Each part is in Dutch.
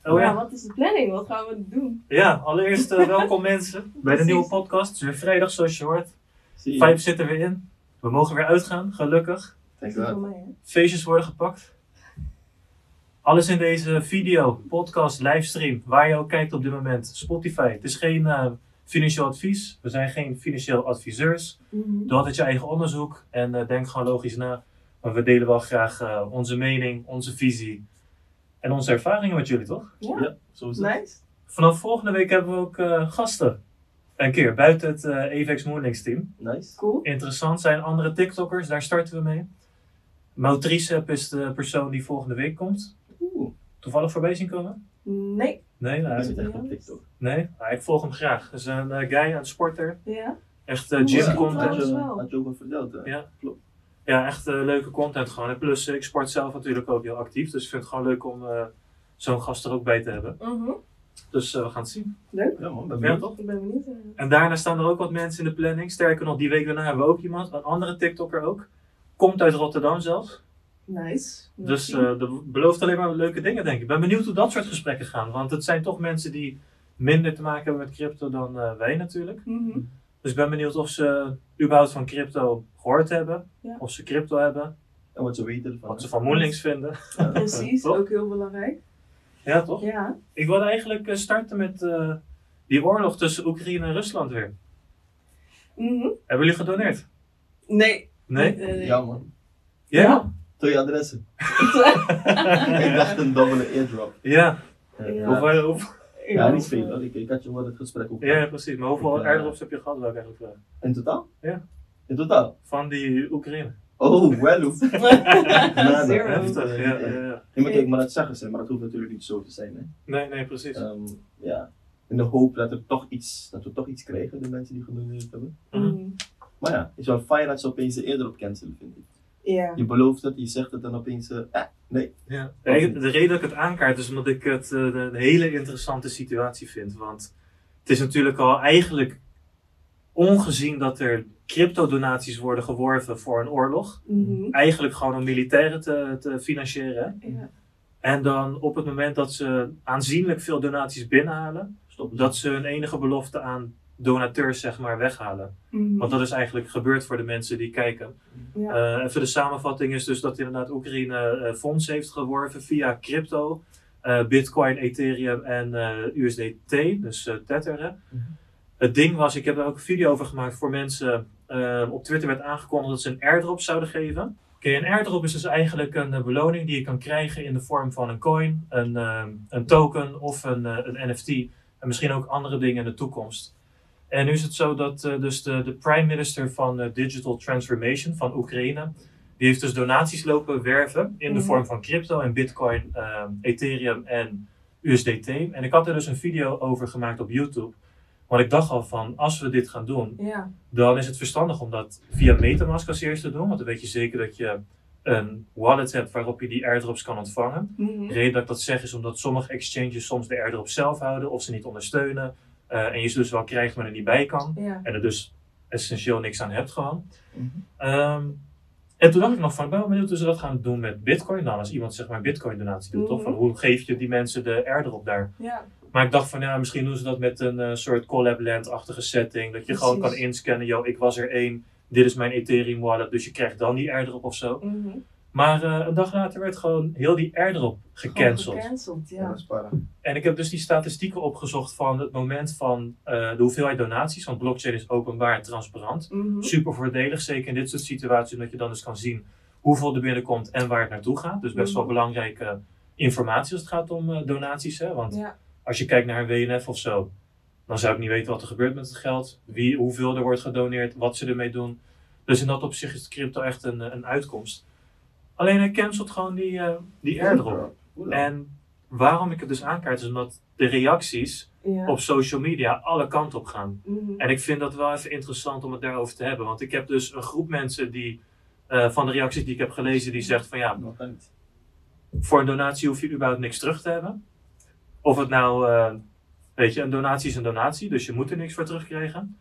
Oh, ja, wat is de planning? Wat gaan we doen? Ja, allereerst welkom mensen bij de nieuwe podcast. Het is weer vrijdag zoals je hoort. Zie je. Vibes zitten weer in. We mogen weer uitgaan, gelukkig. Denk Dat is wel. voor mij, hè? Feestjes worden gepakt. Alles in deze video, podcast, livestream, waar je ook kijkt op dit moment. Spotify. Het is geen financieel advies. We zijn geen financieel adviseurs. Doe altijd je eigen onderzoek en denk gewoon logisch na. Maar we delen wel graag onze mening, onze visie en onze ervaringen met jullie, toch? Ja, Ja, zo is het. nice. Vanaf volgende week hebben we ook gasten. Een keer buiten het Avex Moonlinks team. Nice. Cool. Interessant zijn andere TikTokkers, daar starten we mee. Mautricep is de persoon die volgende week komt. Oeh, Toevallig voorbij zien komen? Nee. Nee, ik nou, zit echt op TikTok. nee. Maar ik volg hem graag. Dat is een guy, een sporter. Ja? Echt Oeh, gym ja, content. trouwens wel. Had je ook al verteld, hè? Ja. Klopt. Ja, echt leuke content gewoon. En plus, ik sport zelf natuurlijk ook heel actief. Dus ik vind het gewoon leuk om zo'n gast er ook bij te hebben. Dus we gaan het zien. Leuk. Ja man, ben Ja, benieuwd. toch? Ik ben benieuwd. En daarna staan er ook wat mensen in de planning. Sterker nog, die week daarna hebben we ook iemand. Een andere TikToker ook. Komt uit Rotterdam zelfs. Nice. Dus dat belooft alleen maar leuke dingen, denk ik. Ik ben benieuwd hoe dat soort gesprekken gaan. Want het zijn toch mensen die minder te maken hebben met crypto dan wij natuurlijk. Dus ik ben benieuwd of ze überhaupt van crypto gehoord hebben. Ja. Of ze crypto hebben. En wat ze weten ervan. Wat ze van Moonlinks vinden. Precies, Toch? ook heel belangrijk. Ja, toch? Ja. Ik wilde eigenlijk starten met die oorlog tussen Oekraïne en Rusland weer. Hebben jullie gedoneerd? Nee. Nee? Ja man. Ja? Ja. 2 adressen. Ik dacht een dubbele airdrop. Ja. Ja. Ja, niet veel hoor. Ik had je wel het gesprek op. Ja, precies. Maar hoeveel Ik, airdrops heb je gehad welke eigenlijk? In totaal? Ja. In totaal? Van die Oekraïne? Oh, wel hoe. Zero. Heftig, ja. Ja. Ja, maar kijk, maar dat zeggen ze, maar dat hoeft natuurlijk niet zo te zijn. Hè. Nee, precies. Ja. In de hoop dat we toch iets krijgen, de mensen die gedoneerd hebben. Maar ja, het is wel fijn dat ze opeens de airdrop cancelen, vind ik. Ja. Je belooft het, je zegt het en opeens, nee. Ja. De reden dat ik het aankaart is omdat ik het een hele interessante situatie vind. Want het is natuurlijk al eigenlijk ongezien dat er cryptodonaties worden geworven voor een oorlog. Eigenlijk gewoon om militairen te financieren. Ja. En dan op het moment dat ze aanzienlijk veel donaties binnenhalen, dat ze hun enige belofte aan donateurs zeg maar weghalen. Want dat is eigenlijk gebeurd voor de mensen die kijken. Ja. Even de samenvatting is dus dat inderdaad Oekraïne fondsen heeft geworven via crypto, Bitcoin, Ethereum en USDT, dus Tether. Hè. Het ding was, ik heb er ook een video over gemaakt voor mensen. Op Twitter werd aangekondigd dat ze een airdrop zouden geven. Oké, een airdrop is dus eigenlijk een beloning die je kan krijgen in de vorm van een coin, een token of een NFT. En misschien ook andere dingen in de toekomst. En nu is het zo dat dus de prime minister van Digital Transformation van Oekraïne, die heeft dus donaties lopen werven in de vorm van crypto en Bitcoin, Ethereum en USDT. En ik had er dus een video over gemaakt op YouTube. Want ik dacht al van, als we dit gaan doen, Ja. dan is het verstandig om dat via Metamask als eerste te doen. Want dan weet je zeker dat je een wallet hebt waarop je die airdrops kan ontvangen. De reden dat ik dat zeg is omdat sommige exchanges soms de airdrop zelf houden of ze niet ondersteunen. En je ze dus wel krijgt, maar er niet bij kan. Ja. En er dus essentieel niks aan hebt gewoon. En toen dacht ik nog van, ik ben wel benieuwd hoe ze dat gaan doen met Bitcoin dan. Als iemand zeg maar een Bitcoin donatie doet, toch? Van hoe geef je die mensen de airdrop daar? Ja. Maar ik dacht van, ja, misschien doen ze dat met een soort Collabland-achtige setting. Dat je gewoon kan inscannen, yo, ik was er één. Dit is mijn Ethereum wallet, dus je krijgt dan die airdrop of zo. Maar een dag later werd gewoon heel die airdrop gecanceld. Ja. Dat is spannend. En ik heb dus die statistieken opgezocht van het moment van de hoeveelheid donaties. Want blockchain is openbaar en transparant. Super voordelig, zeker in dit soort situaties. Omdat je dan dus kan zien hoeveel er binnenkomt en waar het naartoe gaat. Dus best wel belangrijke informatie als het gaat om donaties. Hè? Want als je kijkt naar een WNF of zo, dan zou ik niet weten wat er gebeurt met het geld. Hoeveel er wordt gedoneerd, wat ze ermee doen. Dus in dat opzicht is crypto echt een uitkomst. Alleen hij cancelt gewoon die airdrop. En waarom ik het dus aankaart is omdat de reacties op social media alle kanten op gaan. En ik vind dat wel even interessant om het daarover te hebben. Want ik heb dus een groep mensen die van de reacties die ik heb gelezen, die zegt van ja, voor een donatie hoef je überhaupt niks terug te hebben. Of het nou, weet je, een donatie is een donatie, dus je moet er niks voor terugkrijgen.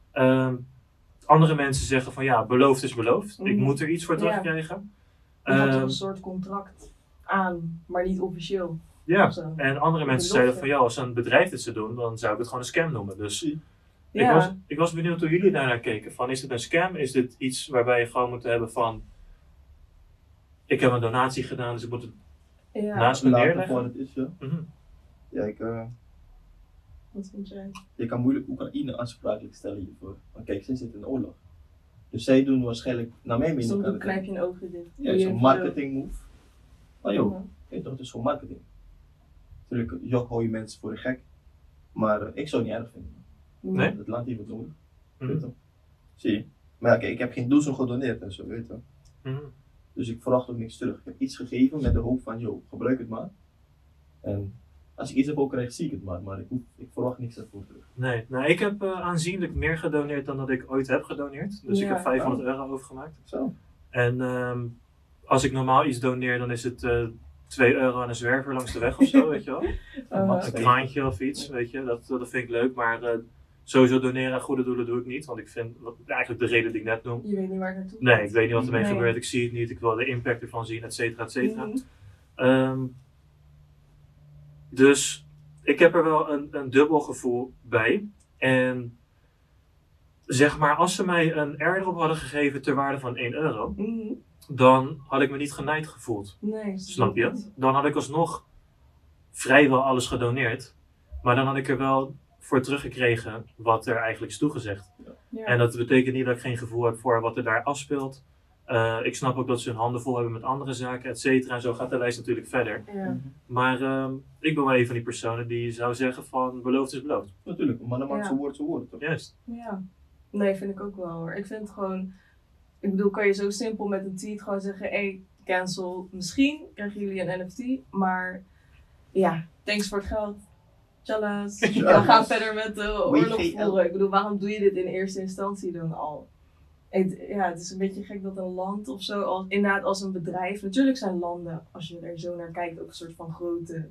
Andere mensen zeggen van ja, beloofd is beloofd. Ik moet er iets voor terugkrijgen. Je had er een soort contract aan, maar niet officieel. Ja, of zo. en andere mensen zeiden van, ja, als een bedrijf dit zou doen, dan zou ik het gewoon een scam noemen. Dus ik was benieuwd hoe jullie daarnaar keken. Van, is het een scam? Is dit iets waarbij je gewoon moet hebben van, ik heb een donatie gedaan, dus ik moet het naast me Later neerleggen? voor het is, ja. Ja, Wat vind jij? je kan moeilijk Oekraïne aansprakelijk stellen hiervoor. Want kijk, zij zitten in oorlog. Dus zij doen waarschijnlijk, naar mijn mening, Soms knijp je een oogje dicht. ja, zo'n marketing move. Maar joh, Ja. dat is gewoon marketing. Natuurlijk, jog hou je mensen voor de gek. Maar ik zou het niet erg vinden. Nee? Het land heeft het nodig. Mhm. Weet je? Zie je? Maar ja, kijk, ik heb geen doezel gedoneerd en zo, weet je. Mhm. Dus ik verwacht ook niks terug. Ik heb iets gegeven met de hoop van, joh, gebruik het maar. En als ik iets heb ook krijg, zie ik het maar ik verwacht niks ervoor terug. Nee, nou, ik heb aanzienlijk meer gedoneerd dan dat ik ooit heb gedoneerd. Dus ik heb €500 overgemaakt. Zo. En als ik normaal iets doneer, dan is het €2 aan een zwerver langs de weg of zo, weet je wel. Een kraantje of iets, weet je. Dat vind ik leuk, maar sowieso doneren aan goede doelen doe ik niet. Want ik vind, eigenlijk de reden die ik net noem. Je weet niet waar het naartoe gaat. Nee, ik weet niet wat ermee Nee. gebeurt, ik zie het niet, ik wil de impact ervan zien, et cetera, et cetera. Mhm. Dus ik heb er wel een dubbel gevoel bij. En zeg maar, als ze mij een airdrop hadden gegeven ter waarde van €1, Mhm. dan had ik me niet genaaid gevoeld. Nee. Snap je het? Dan had ik alsnog vrijwel alles gedoneerd. Maar dan had ik er wel voor teruggekregen wat er eigenlijk is toegezegd. Ja. En dat betekent niet dat ik geen gevoel heb voor wat er daar afspeelt. Ik snap ook dat ze hun handen vol hebben met andere zaken, et cetera. En zo gaat de lijst natuurlijk verder. Ja. Maar ik ben wel een van die personen die zou zeggen van beloofd is beloofd. Natuurlijk, maar dan maakt zijn woord toch? Juist. Ja. Nee, vind ik ook wel hoor. Ik vind het gewoon, ik bedoel, kan je zo simpel met een tweet gewoon zeggen, hey, cancel. Misschien krijgen jullie een NFT, maar ja, thanks voor het geld. Tjallas. We gaan verder met de oorlog voeren. Ik bedoel, waarom doe je dit in eerste instantie dan al? Het is een beetje gek dat een land of zo, inderdaad als een bedrijf. Natuurlijk zijn landen, als je er zo naar kijkt, ook een soort van grote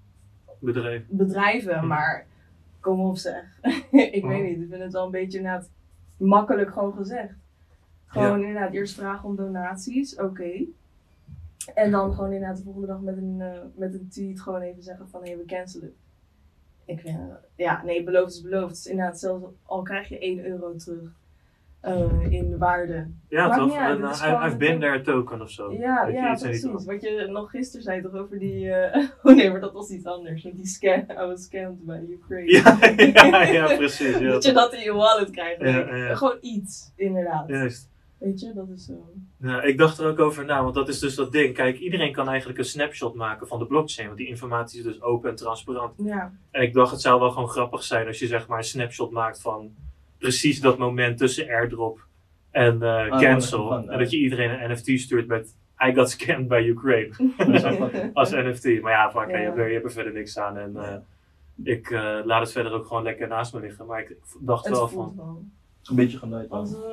bedrijven. Maar kom op zeg. Ik weet niet, ik vind het wel een beetje inderdaad makkelijk gewoon gezegd. Gewoon inderdaad eerst vragen om donaties, oké. En dan gewoon inderdaad de volgende dag met een tweet gewoon even zeggen van hé, we cancelen. Ik vind, beloofd is beloofd. Dus inderdaad, zelfs al krijg je €1 terug in de waarde. Ja, Maakt toch? niet uit, En het is I've been there token of zo. Ja, Dat je ja iets in die precies. trant. Wat je nog gisteren zei toch over die... oh nee, maar dat was iets anders. Met die scam. I was scammed by Ukraine. Ja, precies. Ja. Dat je dat in je wallet krijgt. Ja. Gewoon iets, inderdaad. Juist. Weet je, dat is zo. Ja, ik dacht er ook over na, want dat is dus dat ding. Kijk, iedereen kan eigenlijk een snapshot maken van de blockchain, want die informatie is dus open en transparant. Ja. En ik dacht, het zou wel gewoon grappig zijn als je zeg maar een snapshot maakt van precies dat moment tussen airdrop en cancel. En dat je iedereen een NFT stuurt met I got scammed by Ukraine. Als NFT. Maar ja, fuck, je hebt er verder niks aan. En ik laat het verder ook gewoon lekker naast me liggen. Maar ik dacht het wel voelt van... wel. Een beetje genaaid.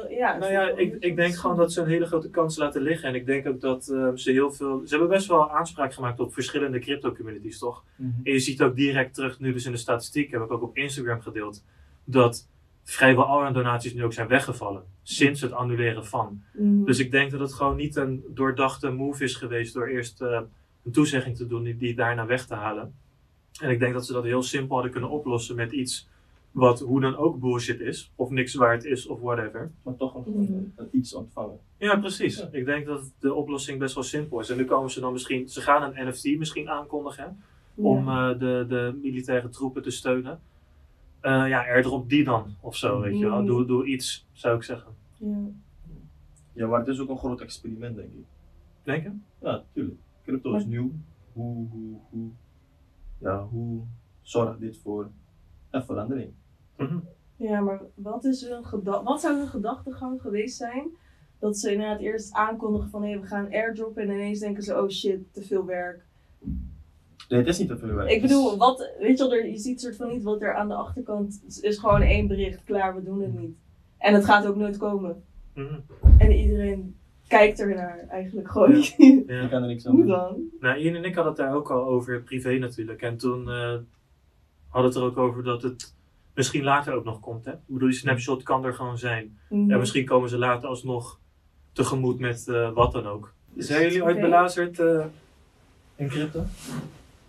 Ik denk gewoon dat ze een hele grote kans laten liggen. En ik denk ook dat ze heel veel... Ze hebben best wel aanspraak gemaakt op verschillende crypto communities, toch? En je ziet ook direct terug, nu dus in de statistiek, heb ik ook op Instagram gedeeld, dat vrijwel al hun donaties nu ook zijn weggevallen. Sinds het annuleren van. Dus ik denk dat het gewoon niet een doordachte move is geweest door eerst een toezegging te doen die daarna weg te halen. En ik denk dat ze dat heel simpel hadden kunnen oplossen met iets wat hoe dan ook bullshit is, of niks waard is, of whatever. Maar toch iets ontvangen. Ja, precies. Ja. Ik denk dat de oplossing best wel simpel is. En nu komen ze dan misschien, ze gaan een NFT misschien aankondigen, om de militaire troepen te steunen. Airdrop die dan, of zo, weet je wel. Doe iets, zou ik zeggen. Ja, maar het is ook een groot experiment, denk ik. Denk je? Ja, tuurlijk. Crypto is nieuw. Hoe zorgt dit voor een verandering? Ja, maar wat zou hun gedachtegang geweest zijn? Dat ze inderdaad eerst aankondigen van we gaan airdroppen en ineens denken ze, oh shit, te veel werk. Nee, het is niet te veel werk. Ik bedoel, weet je wel, je ziet soort van niet wat er aan de achterkant is gewoon één bericht, klaar, we doen het niet. En het gaat ook nooit komen. En iedereen kijkt ernaar eigenlijk gewoon. Je kan er niks aan doen. Hoe dan? Nou, Ian en ik hadden het daar ook al over, privé natuurlijk. En toen hadden het er ook over dat het misschien later ook nog komt. Hè? Ik bedoel, die snapshot kan er gewoon zijn. En misschien komen ze later alsnog tegemoet met wat dan ook. Zijn jullie ooit belazerd in crypto?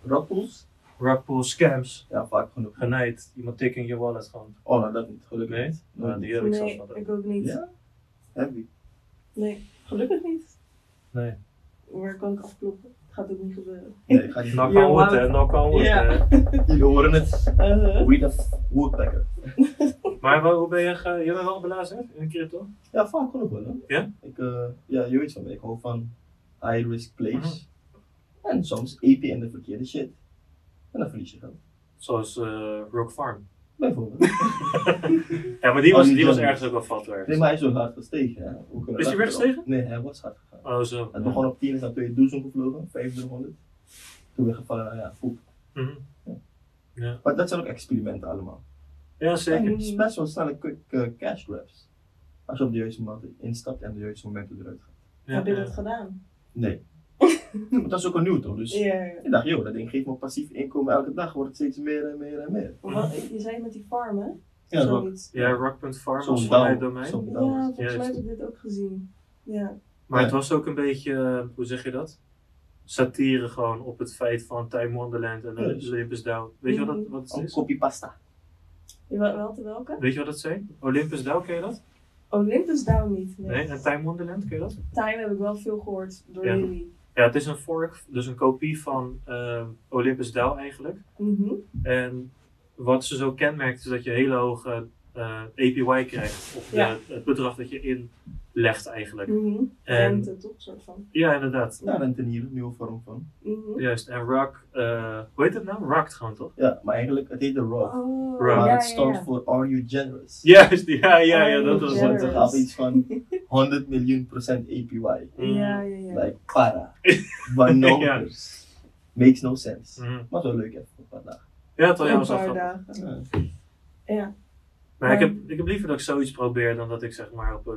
Rockpools? Rugpool scams. Ja, vaak genoeg. Genaaid. Iemand tik in je wallet gewoon. Oh, nou dat niet. Gelukkig Nee? niet. Nou, die heb ik zelfs Nee, wel. ik ook niet. Ja? Heavy. Nee, gelukkig niet. Nee. Waar kan ik afkloppen? Het gaat ook niet gebeuren. Nee, ik ga niet Knock You're on wood, hè. welcome. Knock on wood, Ja. hè. Jullie horen het. We the woodpecker. Maar hoe ben je... Je bent wel belazerd in crypto? Ja, vaak genoeg wel. Hè? Ja? Ja, je weet van mij. Ik hou van high risk plays. Mhm. En soms AP in de verkeerde shit. En dan verlies je geld. Zoals Rock Farm. Bijvoorbeeld. Ja, maar die was Generous. ergens ook wel vat ergens. Nee, maar hij is zo hard gestegen. Hè? We kunnen Is hij weer wachten erop. gestegen? Nee, hij was hard gegaan. Oh, zo. Het begon op 10 en is naar 2000 gevlogen, 500. Toen weer gevallen naar ja, poep. Mhm. Ja. Maar dat zijn ook experimenten allemaal. Ja, En zeker. het is best wel snelle quick cash grabs. Als je op de juiste momenten instapt en op de juiste momenten eruit gaat. Ja, Heb je ja. dat gedaan? Nee. Maar dat is ook een nieuw toch? Dus Ja. ik dacht, joh, dat ding geeft me passief inkomen elke dag, wordt het steeds meer en meer en meer. Je zei met die farmen? Ja, rock. Zoiets. Ja, Rock.farm Zo'n was voor mij het down. domein. Zo'n Ja, down. volgens mij Juist. heb ik dit ook gezien. Ja. Maar het was ook een beetje, hoe zeg je dat? Satire gewoon op het feit van Time Wonderland en Juist. Olympus Down. Weet je wat het Een is? kopje pasta. Welke? Weet je wat het zijn? Olympus Down, ken je dat? Olympus Down niet. Nee? En Time Wonderland, ken je dat? Time heb ik wel veel gehoord door Ja. jullie. Ja, het is een fork, dus een kopie van Olympus Down eigenlijk. Mhm. En wat ze zo kenmerkt is dat je hele hoge APY krijgt op Ja. het bedrag dat je inlegt eigenlijk. Mhm. En- Rente toch, soort van. Ja, inderdaad. Ja, rentenier, nieuwe vorm van. Mhm. Juist. En Rock, hoe heet het nou? Rocked gewoon toch? Ja, maar eigenlijk, het heet de Rock. Oh, Right. Maar ja, het stond ja. voor Are You Generous? Juist, ja, dat was Dus het. ze gaf iets van 100 miljoen % APY. Ja. Like, para. Bananas. Makes no sense. Mhm. Maar zo leuk even voor een paar dagen. Ja, toch? Ja, Een was wel paar grappig. dagen. Ja. Ja. Maar ik heb liever dat ik zoiets probeer dan dat ik zeg maar op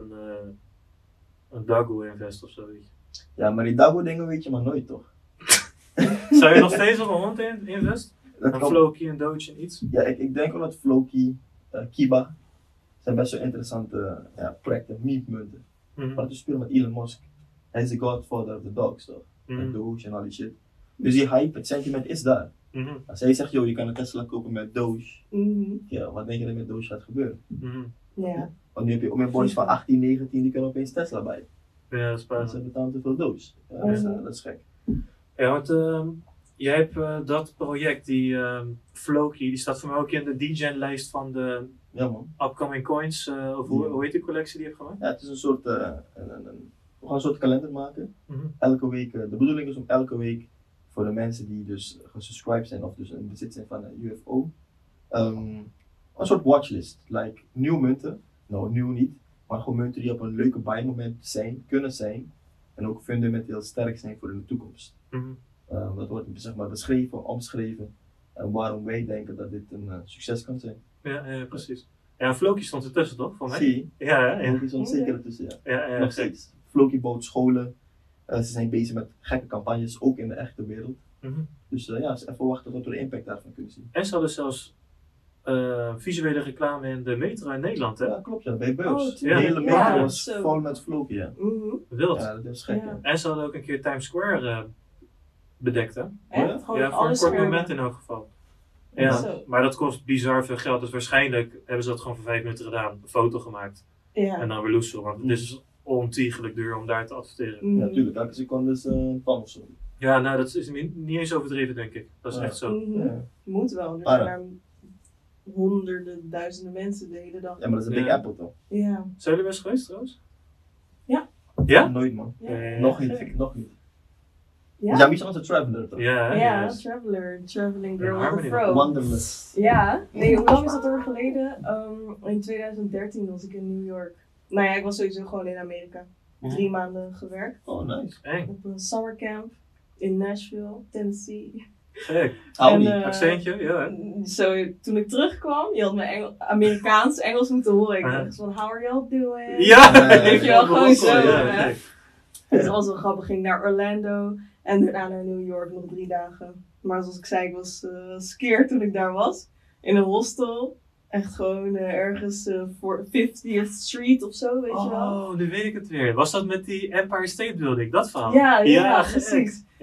een Dago invest of zoiets. Ja, maar die Dago dingen weet je maar nooit toch? Zou je nog steeds op een hond invest? Dat Een kan- Floki, een Doge en iets? Ja, ik denk wel dat Floki, Kiba, zijn best wel interessante projecten, meme-munten. Mhm. Maar te spelen met Elon Musk. Hij is de godfather of the dogs toch? Met Mhm. Doge en al die shit. Dus die hype, het sentiment is daar. Mhm. Als hij zegt, joh, je kan een Tesla kopen met Doge. Mhm. Ja, wat denk je dat met Doge gaat gebeuren? Mhm. Ja. Want nu heb je ook met boys van 18, 19, die kunnen opeens Tesla bij. Ja, dat is Want spannend. ze betalen te veel Doge. Ja, dat is gek. Ja, want jij hebt dat project, die Floki, die staat voor mij ook in de DGen-lijst van de Ja man. upcoming coins. Of hoe heet die collectie die je hebt gemaakt? Ja, het is een soort, we gaan een soort kalender maken. Mhm. Elke week, de bedoeling is om elke week voor de mensen die dus gesubscribed zijn of dus in bezit zijn van een UFO, een soort watchlist. Like nieuwe munten, nou nieuw niet, maar gewoon munten die op een leuke buy moment kunnen zijn en ook fundamenteel sterk zijn voor in de toekomst. Mhm. Dat wordt zeg maar beschreven, omschreven en waarom wij denken dat dit een succes kan zijn. Ja, precies. Ja, en Floki stond ertussen toch, voor mij? Zie je? Ja, Ook is ons zeker ertussen, ja. ja, Nog gek. steeds. Floki bouwt scholen, ze zijn bezig met gekke campagnes, ook in de echte wereld. Mhm. Dus ja, eens even wachten tot we de impact daarvan kunnen zien. En ze hadden zelfs visuele reclame in de metro in Nederland, hè? Ja, klopt ja, bij Beurs. Oh, de tuurlijk. hele metro Ja, was zo. vol met Floki, ja. Mhm. Wild. Ja, dat is gek, Ja. ja. En ze hadden ook een keer Times Square bedekt, hè? Echt? Ja? Gewoon Ja, voor een alles kort schermen. moment in elk geval. Ja, Zo. maar dat kost bizar veel geld, dus waarschijnlijk hebben ze dat gewoon voor 5 minuten gedaan, een foto gemaakt Ja. en dan weer loesen, want het is ontiegelijk duur om daar te adverteren. Mhm. Ja, tuurlijk. Elke seconde is een pan of zo. Ja, nou dat is niet eens overdreven denk ik, dat is Ja. echt zo. Mhm. Ja. Moet wel, er Ah, zijn ja. daar honderden, duizenden mensen de hele dag. Ja, maar dat is een Big Ja. Apple toch? Ja. Zijn jullie best geweest trouwens? Ja. Ja? Nooit man. Ja. Nog gek. niet, nog niet. Ja? Ja, wie is onze traveler toch? Ja, hè? Ja, Juist. Traveling In Girl with Harmony a Fro. Wanderlust. Ja, nee, hoe lang is dat er geleden? In 2013 was ik in New York. Nou ja, ik was sowieso gewoon in Amerika. 3 maanden gewerkt Oh, nice. Eng, op een summercamp in Nashville, Tennessee. gek. Audi. En, Accentje, ja hè? Zo, toen ik terugkwam, je had mijn Amerikaans, Engels moeten horen. Ik Ah. dacht van, how are y'all doing? Ja! Weet je wel, gewoon zo, Ja, hè? gek. Het was wel grappig, ik ging naar Orlando en daarna naar New York nog 3 dagen. Maar zoals ik zei, ik was scared toen ik daar was. In een hostel. Echt gewoon ergens voor 50th Street of zo, weet je wel. Oh, nu weet ik het weer. Was dat met die Empire State Building, dat verhaal? Ja, gek. precies.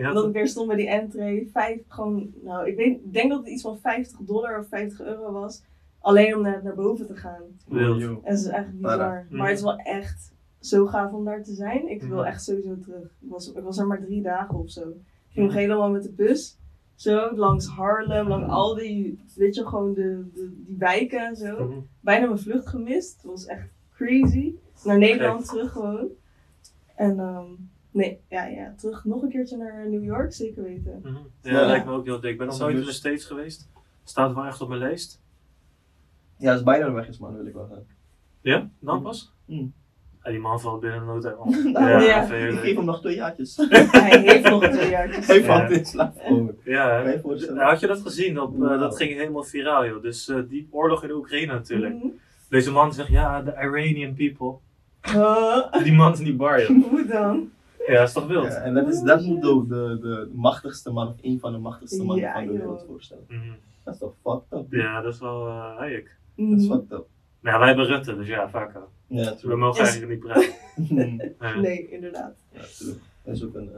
Ja. En dat ik weer stond bij die entree. Ik denk dat het iets van $50 of €50 was. Alleen om naar boven te gaan. Wild. En dat is echt bizar. Maar het is wel echt zo gaaf om daar te zijn. Ik wil echt sowieso terug. Ik was er maar 3 dagen of zo. Ik ging nog helemaal met de bus. Zo, langs Harlem, langs al die, weet je, gewoon die wijken en zo. Bijna mijn vlucht gemist. Het was echt crazy. Naar Nederland terug gewoon. En terug nog een keertje naar New York, zeker weten. Ja, lijkt me ook heel dik. Ik ben nog nooit in de States geweest. Staat wel echt op mijn lijst. Ja, als bijna weg is, man, wil ik wel gaan. Ja? Dan pas? Ja, die man valt binnen een nood om. Ja. Ik geef hem nog 2 jaartjes. Hij heeft nog 2 jaartjes. Hij valt in slaap komen. Ja, Kan je voorstellen? had je dat gezien? Dat ging helemaal viraal, joh. Dus die oorlog in de Oekraïne natuurlijk. Deze man zegt, ja, de Iranian people. Die man in die bar, joh. Hoe dan? Ja, dat is toch wild? Ja, en dat moet ook de machtigste man, of een van de machtigste mannen van de wereld voorstellen. Dat is toch fucked up? Ja, dat is wel hayek. Dat is fucked up. Nou, wij hebben Rutte, dus ja, vaak al. Ja, We mogen eigenlijk niet praten. Nee, inderdaad. Ja, dat is ook een...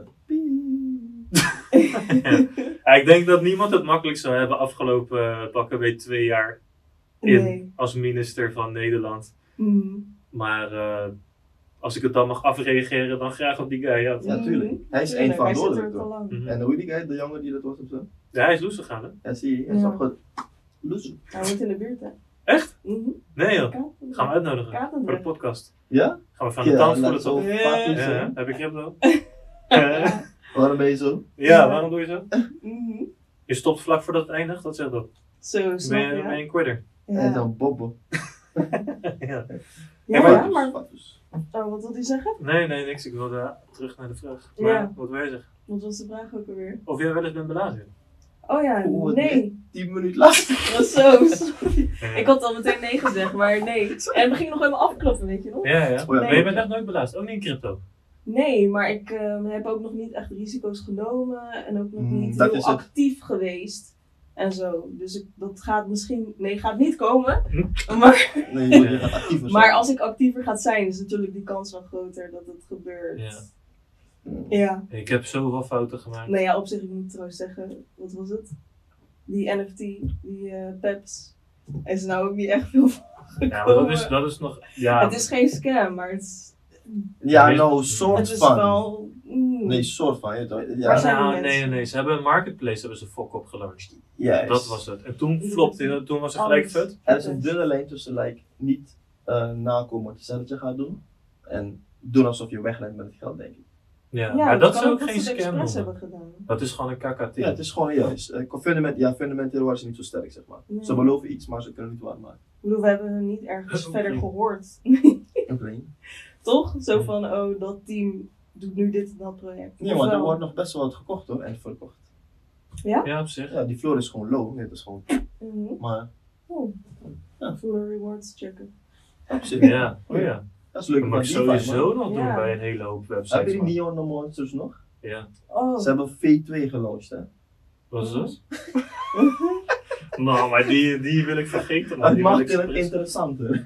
Ja, ik denk dat niemand het makkelijk zou hebben afgelopen pakken bij 2 jaar als minister van Nederland. Maar als ik het dan mag afreageren, dan graag op die guy. Ja, tuurlijk. Hij is eindverantwoordelijk toch? Mm-hmm. En hoe heet die guy, de jongen die dat was of zo? Ja, hij is loes gegaan, hè? Ja, zie je. Hij is opgegaan. Loes. Hij woont in de buurt, hè? Echt? Nee joh. Gaan we uitnodigen Katendrecht. voor de podcast. Ja? Gaan we van de tand voelen zo toch? ja. Heb ik crypto? Waarom ben je zo? Ja, waarom doe je zo? Mm-hmm. Je stopt vlak voordat het eindigt, dat zegt dat. Zo, snap je? Ben je een quitter? En dan bobben. Ja. Ja, maar... Oh, wat wil hij zeggen? Nee, niks. Ik wilde terug naar de vraag. Ja. Maar wat wil jij zeggen? Wat was de vraag ook alweer? Of jij wel eens bent belazen? Oh ja, nee. 10 minuten later. Dat was zo, sorry. Ik had al meteen nee gezegd, maar nee. En we gingen nog helemaal afkloppen, weet je nog? Ja. Nee. Maar je bent echt nooit belazen, ook niet in crypto? Nee, maar ik heb ook nog niet echt risico's genomen en ook nog niet dat heel is het. actief geweest en zo. Dus dat gaat misschien, gaat niet komen. Maar, Nee, je gaat actiever zijn. maar als ik actiever ga zijn, is natuurlijk die kans wel groter dat het gebeurt. Ja. Ik heb zoveel fouten gemaakt. Nou ja, op zich, ik moet trouwens zeggen, wat was het? Die NFT, die Peps, is nou ook niet echt veel van Ja, maar dat is nog... Ja. Het is geen scam, maar het is... Ja, nou, soort het is van. wel... Nee, soort van. Waar zijn die Nou, mensen? nee. Ze hebben een marketplace hebben ze fok op gelanceerd. Juist. Dat was het. En toen flopte het, toen was het gelijk vet. Er is een dunne lijn tussen niet nakomen wat je stelletje gaat doen en doen alsof je weglent met het geld, denk ik. Ja, maar dat is kan ook geen dat ze het scam expres noemen. hebben gedaan. Dat is gewoon een KKT. Ja, het is gewoon juist. Fundamenteel waren ze niet zo sterk, zeg maar. Nee. Ze beloven iets, maar ze kunnen het niet waarmaken. Ik bedoel, we hebben hun niet ergens Oké. verder gehoord. Oké. Toch? Zo van, oh, dat team doet nu dit en dat project. Nee, want er wordt nog best wel wat gekocht hoor, en verkocht. Ja, op zich. Ja, die floor is gewoon low, nee, dat is gewoon... Maar... Fuller rewards checken. Absoluut. Ja, ja. Dat is leuk. Dat mag ik sowieso nog doen bij een hele hoop websites. Heb je die man. Neon Monsters nog? Ja. Oh. Ze hebben V2 gelanceerd, hè? Wat is dat? Nou, maar die wil ik vergeten. Man. Het Die wil maakt ik het interessanter.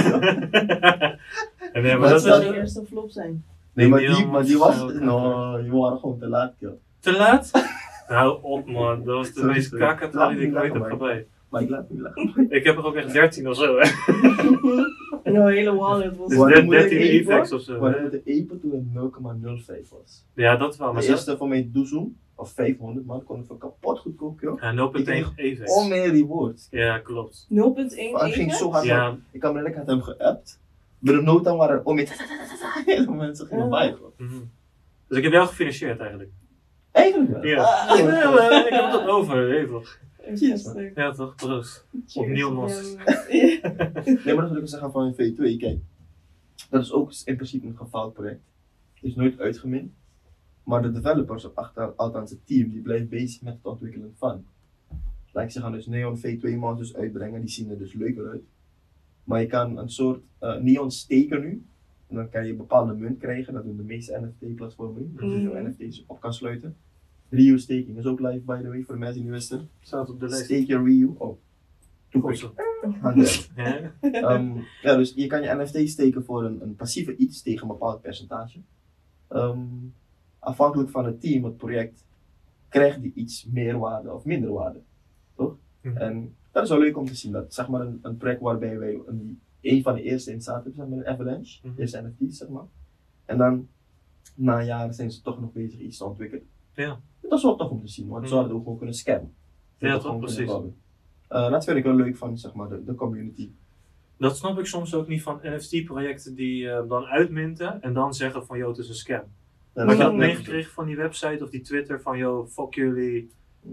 En nee, maar Maar dat zou is... de eerste flop zijn. Nee, maar Neon die was... Monsters No, die waren gewoon te laat, joh. Te laat? Nou op man, dat was de Sorry, meest sorry. kakatorie die ik Laat ooit me heb lachen, voorbij. Maar ik laat me lachen. Ik heb er ook echt 13 of zo, hè. Een hele wallet was Dus Waarom moet 13 ik even? effects of zo. Maar hè. we moeten epen toen het 0,05 was. Ja, dat wel. Maar De ze eerste van mij Doezoom, of 500 man, kon ik voor kapot goedkoop, joh. ja, 0,1 effects. Al meer rewards. Ja, klopt. 0,1 Het ging zo hard. Ja, Ik kan me had hem geappt. Binnen no time waren er om hele mensen gingen bij. mhm. Dus ik heb jou gefinancierd eigenlijk. Eigenlijk wel. Ja. Ik heb het over, even. Ja toch, proost. Opnieuw los. Nee, maar dat wil ik zeggen van V2. Kijk, dat is ook in principe een gefaald project. Is nooit uitgemind. Maar de developers, althans het team, die blijft bezig met het ontwikkelen van. Ze gaan dus Neon V2 monsters uitbrengen, die zien er dus leuker uit. Maar je kan een soort Neon steken nu. En dan kan je een bepaalde munt krijgen, dat doen de meeste NFT-platformen nu. Dat je zo NFT's op kan sluiten. Ryu staking is ook live, by the way, voor de mensen die niet wisten. Staat op de lijst. Stake je Ryu. Oh, Goed zo. 100. Ja. Ja, dus je kan je NFT steken voor een passieve iets tegen een bepaald percentage. Afhankelijk van het team, het project, krijgt die iets meer waarde of minder waarde. Toch? En dat is wel leuk om te zien. Dat zeg maar een project waarbij wij een van de eerste in zaten, zeg maar een Avalanche, eerste NFT's zeg maar. En dan na jaren zijn ze toch nog bezig iets te ontwikkelen. Ja. Dat is wel tof om te zien, want ze hadden ook gewoon kunnen scammen. Ja, toch, precies. Dat vind ik wel leuk van zeg maar, de community. Dat snap ik soms ook niet van NFT-projecten die dan uitminten en dan zeggen van, het is een scam. Ja, Maar ik had meegekregen van die website of die Twitter van, fuck jullie,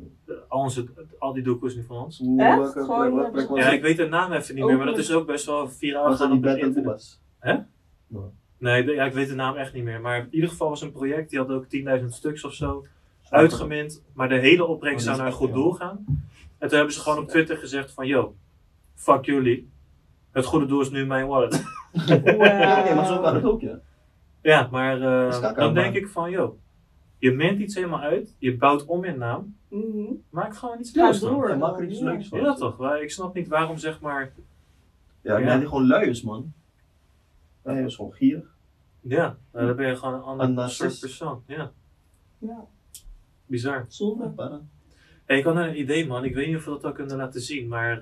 al die doekoes niet van ons. Echt? Ja, ik weet de naam even niet meer, maar dat is ook best wel viraal gegaan op het internet. Hè? No. Nee, ik weet de naam echt niet meer. Maar in ieder geval was een project, die had ook 10.000 stuks of zo uitgemint. Maar de hele opbrengst zou naar een goed doel gaan. En toen hebben ze gewoon op Twitter gezegd van, fuck jullie. Het goede doel is nu mijn wallet. Ja, maar zo kan het ook, ja. Ja, maar dan denk ik van, je mint iets helemaal uit, je bouwt om in naam, maak gewoon iets leuks door. Maak er iets leuks van. Ja, toch? Ik snap niet waarom zeg maar... Ja, ik ben gewoon lui is, man. Hij is gewoon gierig. Ja, dan ben je gewoon een ander soort persoon. Ja. Bizar. Zonde. Hey, ik had een idee, man. Ik weet niet of we dat ook kunnen laten zien, maar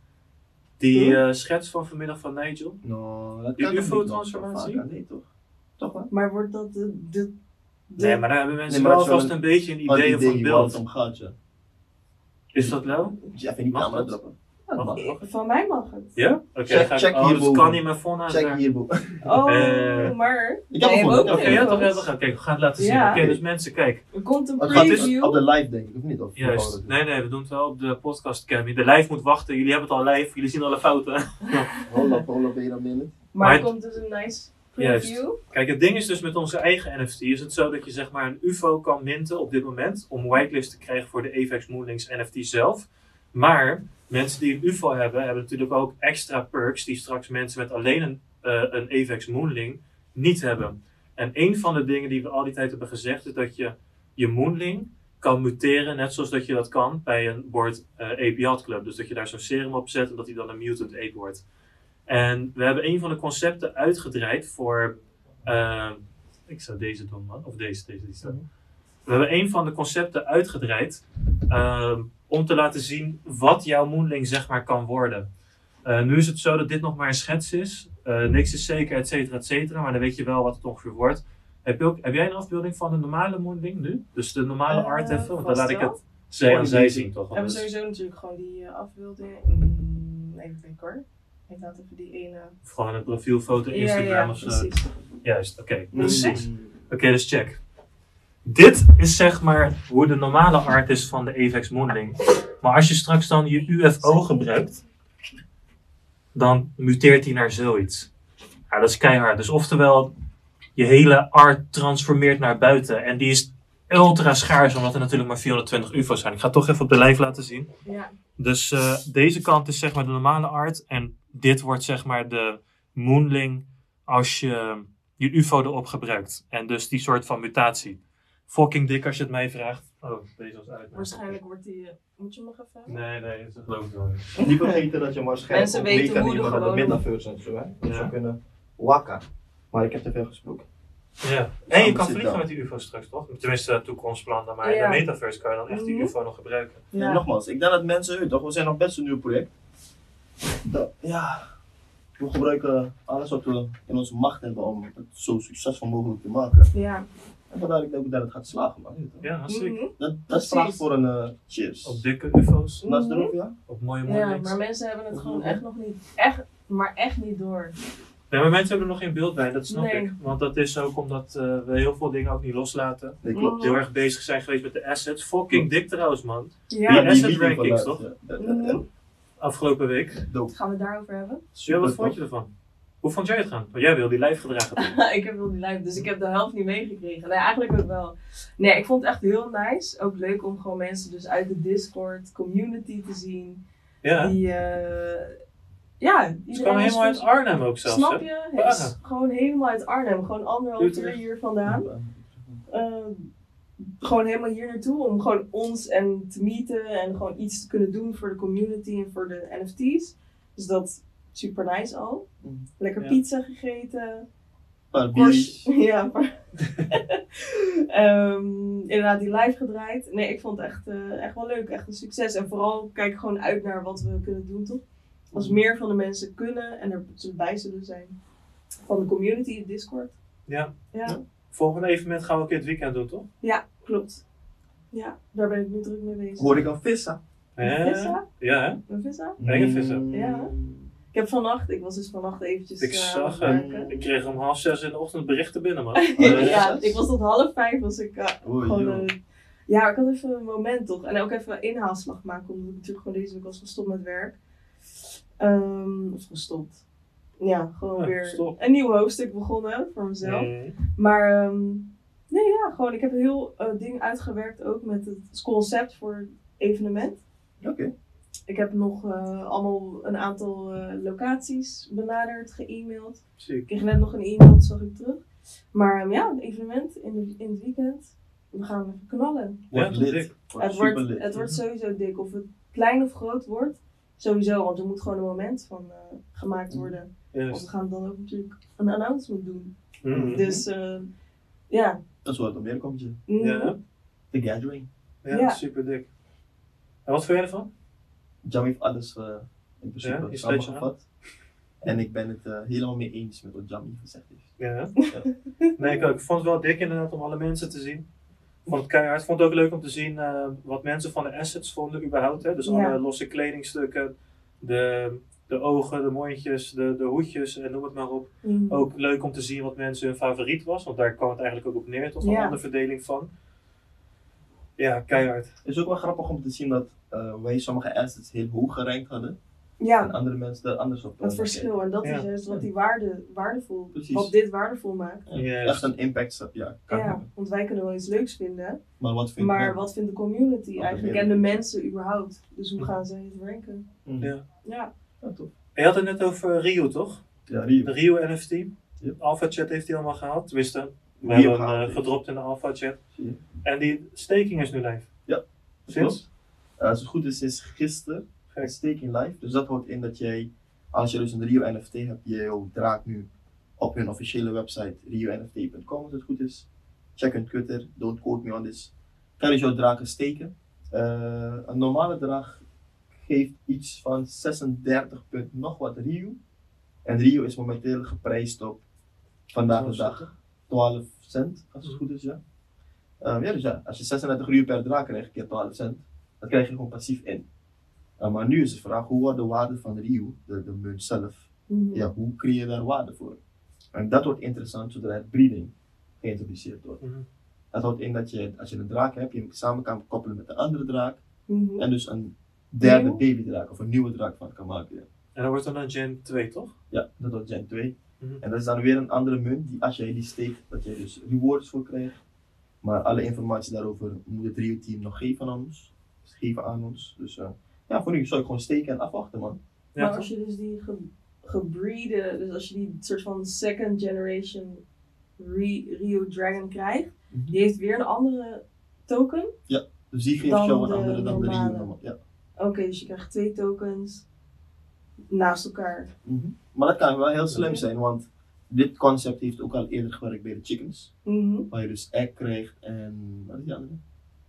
die schets van vanmiddag van Nigel. No, dat die kan UFO-transformatie? Nee, toch? Toch wel? Maar wordt dat Nee, maar daar hebben mensen wel vast een beetje een idee of een beeld. Om gaat, ja. Is dat lauw? Ja, vind ik Mag camera dat? droppen. Van mij mag het. Ja? Oké, Check dus hierboven. kan niet mijn phone Check hierboven. Maar... Ik heb een ook phone. Oké, ja toch, kijk, we gaan het laten zien. Ja. Oké, dus mensen, kijk. Er komt een Het gaat dus preview. op de live, denk ik, of niet? Of Juist. Nee, we doen het wel op de podcast Cammy. De live moet wachten, jullie hebben het al live, jullie zien alle fouten. Hold up, ben je dan binnen? Maar er komt dus een nice preview. Juist. Kijk, het ding is dus met onze eigen NFT is het zo dat je zeg maar een UFO kan minten op dit moment om whitelist te krijgen voor de Avex Moonlinks NFT zelf. Maar mensen die een UFO hebben natuurlijk ook extra perks die straks mensen met alleen een Avex Moonling niet hebben. En een van de dingen die we al die tijd hebben gezegd is dat je Moonling kan muteren, net zoals dat je dat kan bij een bord Ape Yacht Club. Dus dat je daar zo'n serum op zet en dat hij dan een mutant ape wordt. En we hebben een van de concepten uitgedraaid voor... ik zou deze doen, man. Of deze. We hebben een van de concepten uitgedraaid om te laten zien wat jouw Moonling zeg maar kan worden. Nu is het zo dat dit nog maar een schets is. Niks is zeker, et cetera, maar dan weet je wel wat het ongeveer wordt. Heb jij een afbeelding van de normale Moonling nu? Dus de normale art even? Want dan laat ik het zij aan zij zien, toch? We hebben sowieso natuurlijk gewoon die afbeelding. Even kijken hoor. Ik laat even die ene... Of gewoon een profielfoto, Instagram of zo. Precies. Juist, oké, precies. Oké, dus check. Dit is zeg maar hoe de normale art is van de Avex Moonling. Maar als je straks dan je UFO gebruikt, dan muteert hij naar zoiets. Ja, dat is keihard. Dus oftewel, je hele art transformeert naar buiten. En die is ultra schaars, omdat er natuurlijk maar 420 UFO's zijn. Ik ga het toch even op de live laten zien. Ja. Dus deze kant is zeg maar de normale art. En dit wordt zeg maar de Moonling als je je UFO erop gebruikt. En dus die soort van mutatie. Fucking dik als je het mij vraagt. Oh, deze was uit. Waarschijnlijk wordt die... moet je hem nog even hebben? Nee, dat geloof ik wel niet. Niet vergeten dat je waarschijnlijk Mensen ook weten mee kan hoe de nemen naar de gewone- metaverse en zo, hè. Dus Ja. we kunnen wakka. Maar ik heb te veel gesproken. Ja. En je kan zit vliegen dan. met die UFO straks, toch? Tenminste, toekomstplan dan. Maar Ja. in de metaverse kan je dan echt die UFO nog gebruiken. Ja. Nogmaals, ik denk dat mensen, toch, we zijn nog best een nieuw project. We gebruiken alles wat we in onze macht hebben om het zo succesvol mogelijk te maken. Ja. En vandaar dat ik denk dat het gaat slagen, man. Weet je toch? Ja, zeker. Dat is vraag voor een cheers. Op dikke UFO's. Dat is erop, ja? Op mooie Ja, Moonlings. maar mensen hebben het gewoon echt nog niet... echt niet door. Nee, maar mensen hebben er nog geen beeld bij, dat snap Nee. ik. Want dat is ook omdat we heel veel dingen ook niet loslaten. Nee, klopt. Heel erg bezig zijn geweest met de assets. Fucking dik trouwens, man. Ja, Die asset meeting rankings, vandaag, toch? Ja. Afgelopen week. Dope. gaan we het daarover hebben? Ja, wat vond je ervan? Hoe vond jij het gaan? Want jij wil die live gedragen doen. Ik heb wel die live, dus ik heb de helft niet meegekregen. Nee, eigenlijk ook wel. Nee, ik vond het echt heel nice. Ook leuk om gewoon mensen dus uit de Discord community te zien. Ja, Die, ze kwamen helemaal uit Arnhem ook zelfs. Snap hè? je? Het Ja. is gewoon helemaal uit Arnhem. Gewoon 1,5 uur hier vandaan. Gewoon helemaal hier naartoe om gewoon ons en te meeten en gewoon iets te kunnen doen voor de community en voor de NFT's. Dus dat super nice al. Lekker Ja. pizza gegeten. Ja, inderdaad die live gedraaid. Nee, ik vond het echt wel leuk, echt een succes. En vooral kijk ik gewoon uit naar wat we kunnen doen, toch? Als meer van de mensen kunnen en erbij zullen zijn van de community in Discord. Ja. Ja. Volgende evenement gaan we ook in het weekend doen, toch? Ja, klopt. Ja, daar ben ik nu druk mee bezig. Hoor ik al vissen? Vissa? Ja, hè? Een vissa? Enge vissen. Ja. Ik was dus vannacht eventjes Ik zag werken. ik kreeg om 5:30 in de ochtend berichten binnen, man. Ja, ik was tot 4:30 was ik gewoon... ja, ik had even een moment toch. En ook even een inhaalslag maken, omdat ik natuurlijk gewoon deze week was gestopt met werk. Of gestopt. Ja, gewoon weer stop. een nieuw hoofdstuk begonnen voor mezelf. Maar nee, ja, gewoon ik heb een heel ding uitgewerkt ook met het concept voor het evenement. Oké. Ik heb nog allemaal een aantal locaties benaderd, ge-mailed. Ik kreeg net nog een e-mail, dat zag ik terug. Maar ja, een evenement in het weekend. We gaan even knallen. Ja, lit. Het wordt sowieso dik. Of het klein of groot wordt, sowieso. Want er moet gewoon een moment van gemaakt worden. Want we gaan dan ook natuurlijk een announcement doen. Dus ja. Dat is wel een meerkomtje. Ja. The Gathering. Ja, super dik. En wat vind je ervan? Jam heeft alles in principe samengevat. En ik ben het helemaal mee eens met wat Jam gezegd heeft. Ja. Nee, ik vond het wel dik inderdaad om alle mensen te zien. Ik vond het keihard. Ik vond het ook leuk om te zien wat mensen van de assets vonden überhaupt. Hè? Dus alle losse kledingstukken, de ogen, de mondjes, de hoedjes en noem het maar op. Ook leuk om te zien wat mensen hun favoriet was, want daar kwam het eigenlijk ook op neer, tot een andere verdeling van. Ja, keihard. Het is ook wel grappig om te zien dat wij sommige assets heel hoog gerankt hadden. Ja. En andere mensen daar anders op. Het verschil, en dat is juist wat die waardevol, precies. wat dit waardevol maakt. Echt een impact kan hebben. Want wij kunnen wel iets leuks vinden, maar wat vindt de community eigenlijk en de mensen überhaupt? Dus hoe gaan zij het ranken? Ja, tof. Je had het net over Rio, toch? Ja, Rio. De Rio NFT. Yep. Alpha Chat heeft hij allemaal gehaald, tenminste. We hebben hem gedropt in de Alpha Chat. En die staking is nu live. Ja. Sinds? Als het goed is gisteren een staking live. Dus dat houdt in dat jij, als je dus een Rio NFT hebt, je jouw draak nu op hun officiële website rionft.com als het goed is. Check hun Twitter, don't quote me on this. Kan je jouw draken steken. Een normale draak geeft iets van 36 punt nog wat Rio. En Rio is momenteel geprijsd op vandaag de dag 12 cent, als het goed is, ja. Dus ja, als je 36 Rio per draak krijgt, keer 12 cent, dan krijg je gewoon passief in. Maar nu is de vraag, hoe wordt de waarde van Rio, de munt zelf, ja, hoe creëer je daar waarde voor? En dat wordt interessant zodra het breeding geïntroduceerd wordt. Dat houdt in dat je, als je een draak hebt, je hem samen kan koppelen met een andere draak. En dus een derde babydraak of een nieuwe draak van kan maken. Ja. En dat wordt dan een Gen 2, toch? Ja, dat wordt Gen 2. En dat is dan weer een andere munt, die als jij die steekt, dat jij dus rewards voor krijgt. Maar alle informatie daarover moet het Rio team nog geven aan ons. Dus ja, voor nu zou ik gewoon steken en afwachten, man. Ja, maar als je dus die gebreede, dus als je die soort van second generation Rio Dragon krijgt, die heeft weer een andere token? Ja, dus die geeft jou een andere dan de Rio. Ja. Oké, dus je krijgt 2 tokens naast elkaar. Maar dat kan wel heel slim zijn, want dit concept heeft ook al eerder gewerkt bij de chickens. Waar je dus egg krijgt en wat is die andere?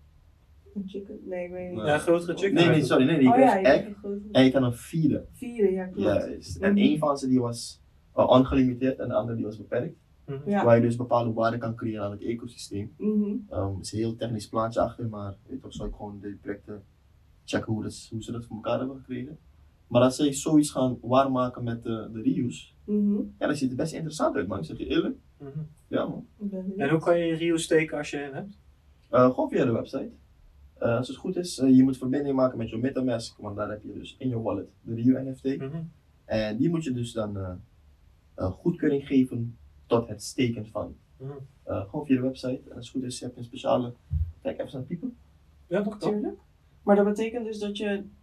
Een chicken? Nee, ik weet niet. Ja, grotere chicken. Nee, sorry. Nee, je krijgt egg en je kan hem feeden. Feeden, ja, klopt. Juist. En één van ze die was ongelimiteerd en de andere die was beperkt. Waar je dus bepaalde waarde kan creëren aan het ecosysteem. Er is een heel technisch plaatje achter, maar weet toch, zou ik gewoon de projecten checken hoe ze dat voor elkaar hebben gekregen. Maar als zij zoiets gaan waarmaken met de Rio's, ja, dan ziet het best interessant uit, man. Ik zeg je eerlijk. Ja, man. En hoe kan je Rio steken als je een hebt? Gewoon via de website. Als het goed is, je moet verbinding maken met je MetaMask, want daar heb je dus in je wallet de Rio NFT. En die moet je dus dan goedkeuring geven tot het steken van. Gewoon via de website. En als het goed is, heb je een speciale. Kijk even naar piepen. Ja, dat kan. Tuurlijk. Maar dat betekent dus dat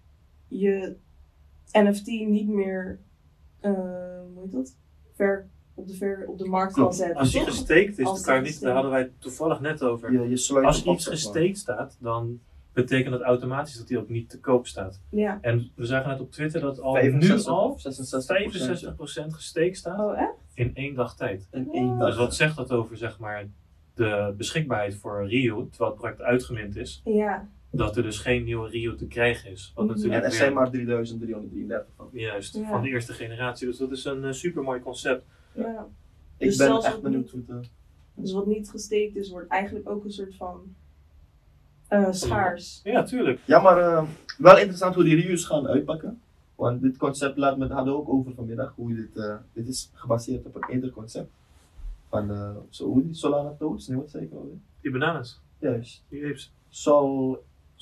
je NFT niet meer, hoe heet dat? Op de markt kan zetten. Als die gesteekt is, daar hadden wij het toevallig net over. Als iets gesteekt staat, dan betekent dat automatisch dat die ook niet te koop staat. Ja. En we zagen net op Twitter dat al 65 nu al 66% 65% gesteekt staat. Oh, echt? In 1 dag tijd. In 1 dag. Dus wat zegt dat over, zeg maar, de beschikbaarheid voor Rio, terwijl het project uitgemind is, Ja. dat er dus geen nieuwe Rio te krijgen is. Wat Mhm. natuurlijk En er weer- zijn maar 3333 van. Juist, Ja. van de eerste generatie. Dus dat is een super mooi concept. Ja. Ik Dus ben zelfs echt wat benieuwd hoe het... Dus wat niet gesteekt is, wordt eigenlijk ook een soort van schaars. Ja, tuurlijk. Ja, maar wel interessant hoe die reviews gaan uitpakken. Want dit concept hadden we ook over vanmiddag. Hoe dit is gebaseerd op een eerder concept. Van hoe die Solana Toads, nee wat zei ik alweer? Die bananas, Juist. die apes. Sol...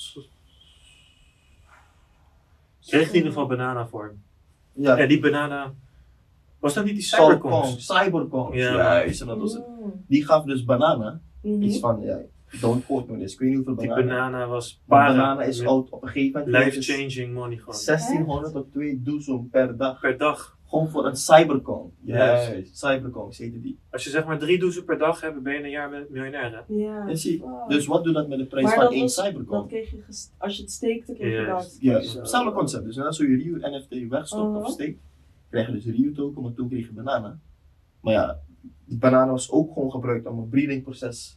Kreeg in ieder geval banana-vorm. Ja, Ja, die banana... Was dat niet die Solcon, cybercongs? Cybercongs. Ja. Juist, en dat was het. Die gaf dus banana. Mhm. Iets van, ja, don't quote me this. Ik weet niet hoeveel Die banana. banana was Maar para. banana is al op een gegeven moment Life-changing money gewoon. 1600 tot 2000 per dag. Per dag. Gewoon voor een cybercon. Juist. Juist, cybercongs heette die. Als je zeg maar 3000 per dag hebt, ben je een jaar miljonair, hè? Ja. Ja, zie. Wow. Dus wat doet dat met de prijs Maar van dat één was- cybercon? Dat kreeg je als je het steekt, dan kreeg je Juist. dat. Ja, Zo. hetzelfde concept. Dus net als je Ryu NFT wegstopt of Oh. steekt, krijg je dus Ryu token, maar toen kreeg je banana. Maar ja, die banana was ook gewoon gebruikt om een breedingproces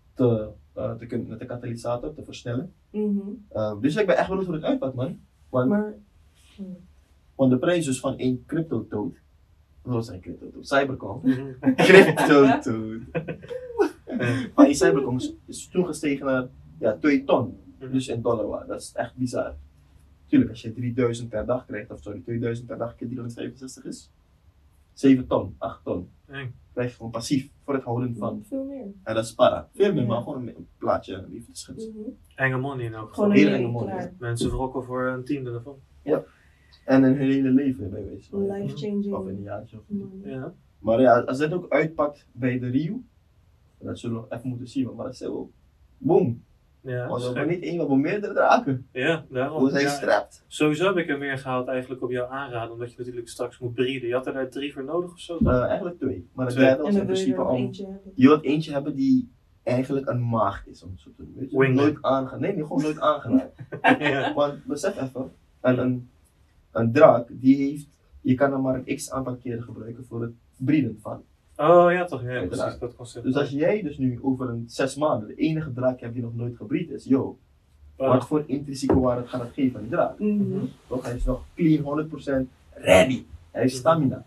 te kunnen, met de katalysator te versnellen. Mhm. Dus ik ben echt benieuwd hoe het uitpakt, man. Maar Want de prijs dus van één crypto toad, wat zijn crypto toad? Cybercoin. Mhm. Crypto toad. Maar die cybercoin is toen gestegen naar 2 ton. Mhm. Dus in dollar waarde. Dat is echt bizar. Tuurlijk, als je 3000 per dag krijgt, of sorry, 2000 per dag keer 365 is, 7 ton, 8 ton. Eng. Krijg je gewoon passief voor het houden van. veel meer. En dat is para. Veel meer, Ja. maar gewoon een plaatje liefdesgids. Mhm. Enge money in elk geval. Gewoon Heel een enge hele money, klaar. Mensen wrokken voor een tiende ervan. En een hele leven bij wijze van. Life-changing. Of in een jaartje of niet. money. Ja. Maar ja, als dit ook uitpakt bij de Rio, dat zullen we nog even moeten zien, maar dat zijn we boom. Ja, Want we scherp. hebben niet één, we hebben meerdere draken. Ja, daarom. Hoe zijn Ja, strapt? sowieso heb ik er meer gehaald eigenlijk op jouw aanraden, omdat je natuurlijk straks moet breeden. Je had er daar 3 voor nodig of zo? Eigenlijk 2. Maar de 2. derde was En in dan wil je principe er nog om. eentje hebben. Je wilt eentje hebben die eigenlijk een maagd is, om het zo te doen. Weet je? Wingman. Nooit aangaan. Nee, gewoon nooit aangeraakt. Ja. Want besef even, een draak, die heeft, je kan hem maar een x aantal keren gebruiken voor het breeden van. Oh ja, toch? Ja, Uiteraard. precies, dat concept. Dus als jij dus nu over een 6 maanden de enige draak hebt die nog nooit gebreed is, yo, Oh. wat voor intrinsieke waarde gaat het geven aan die draak? Mhm. Toch? Hij is nog clean, 100% ready. Hij heeft stamina.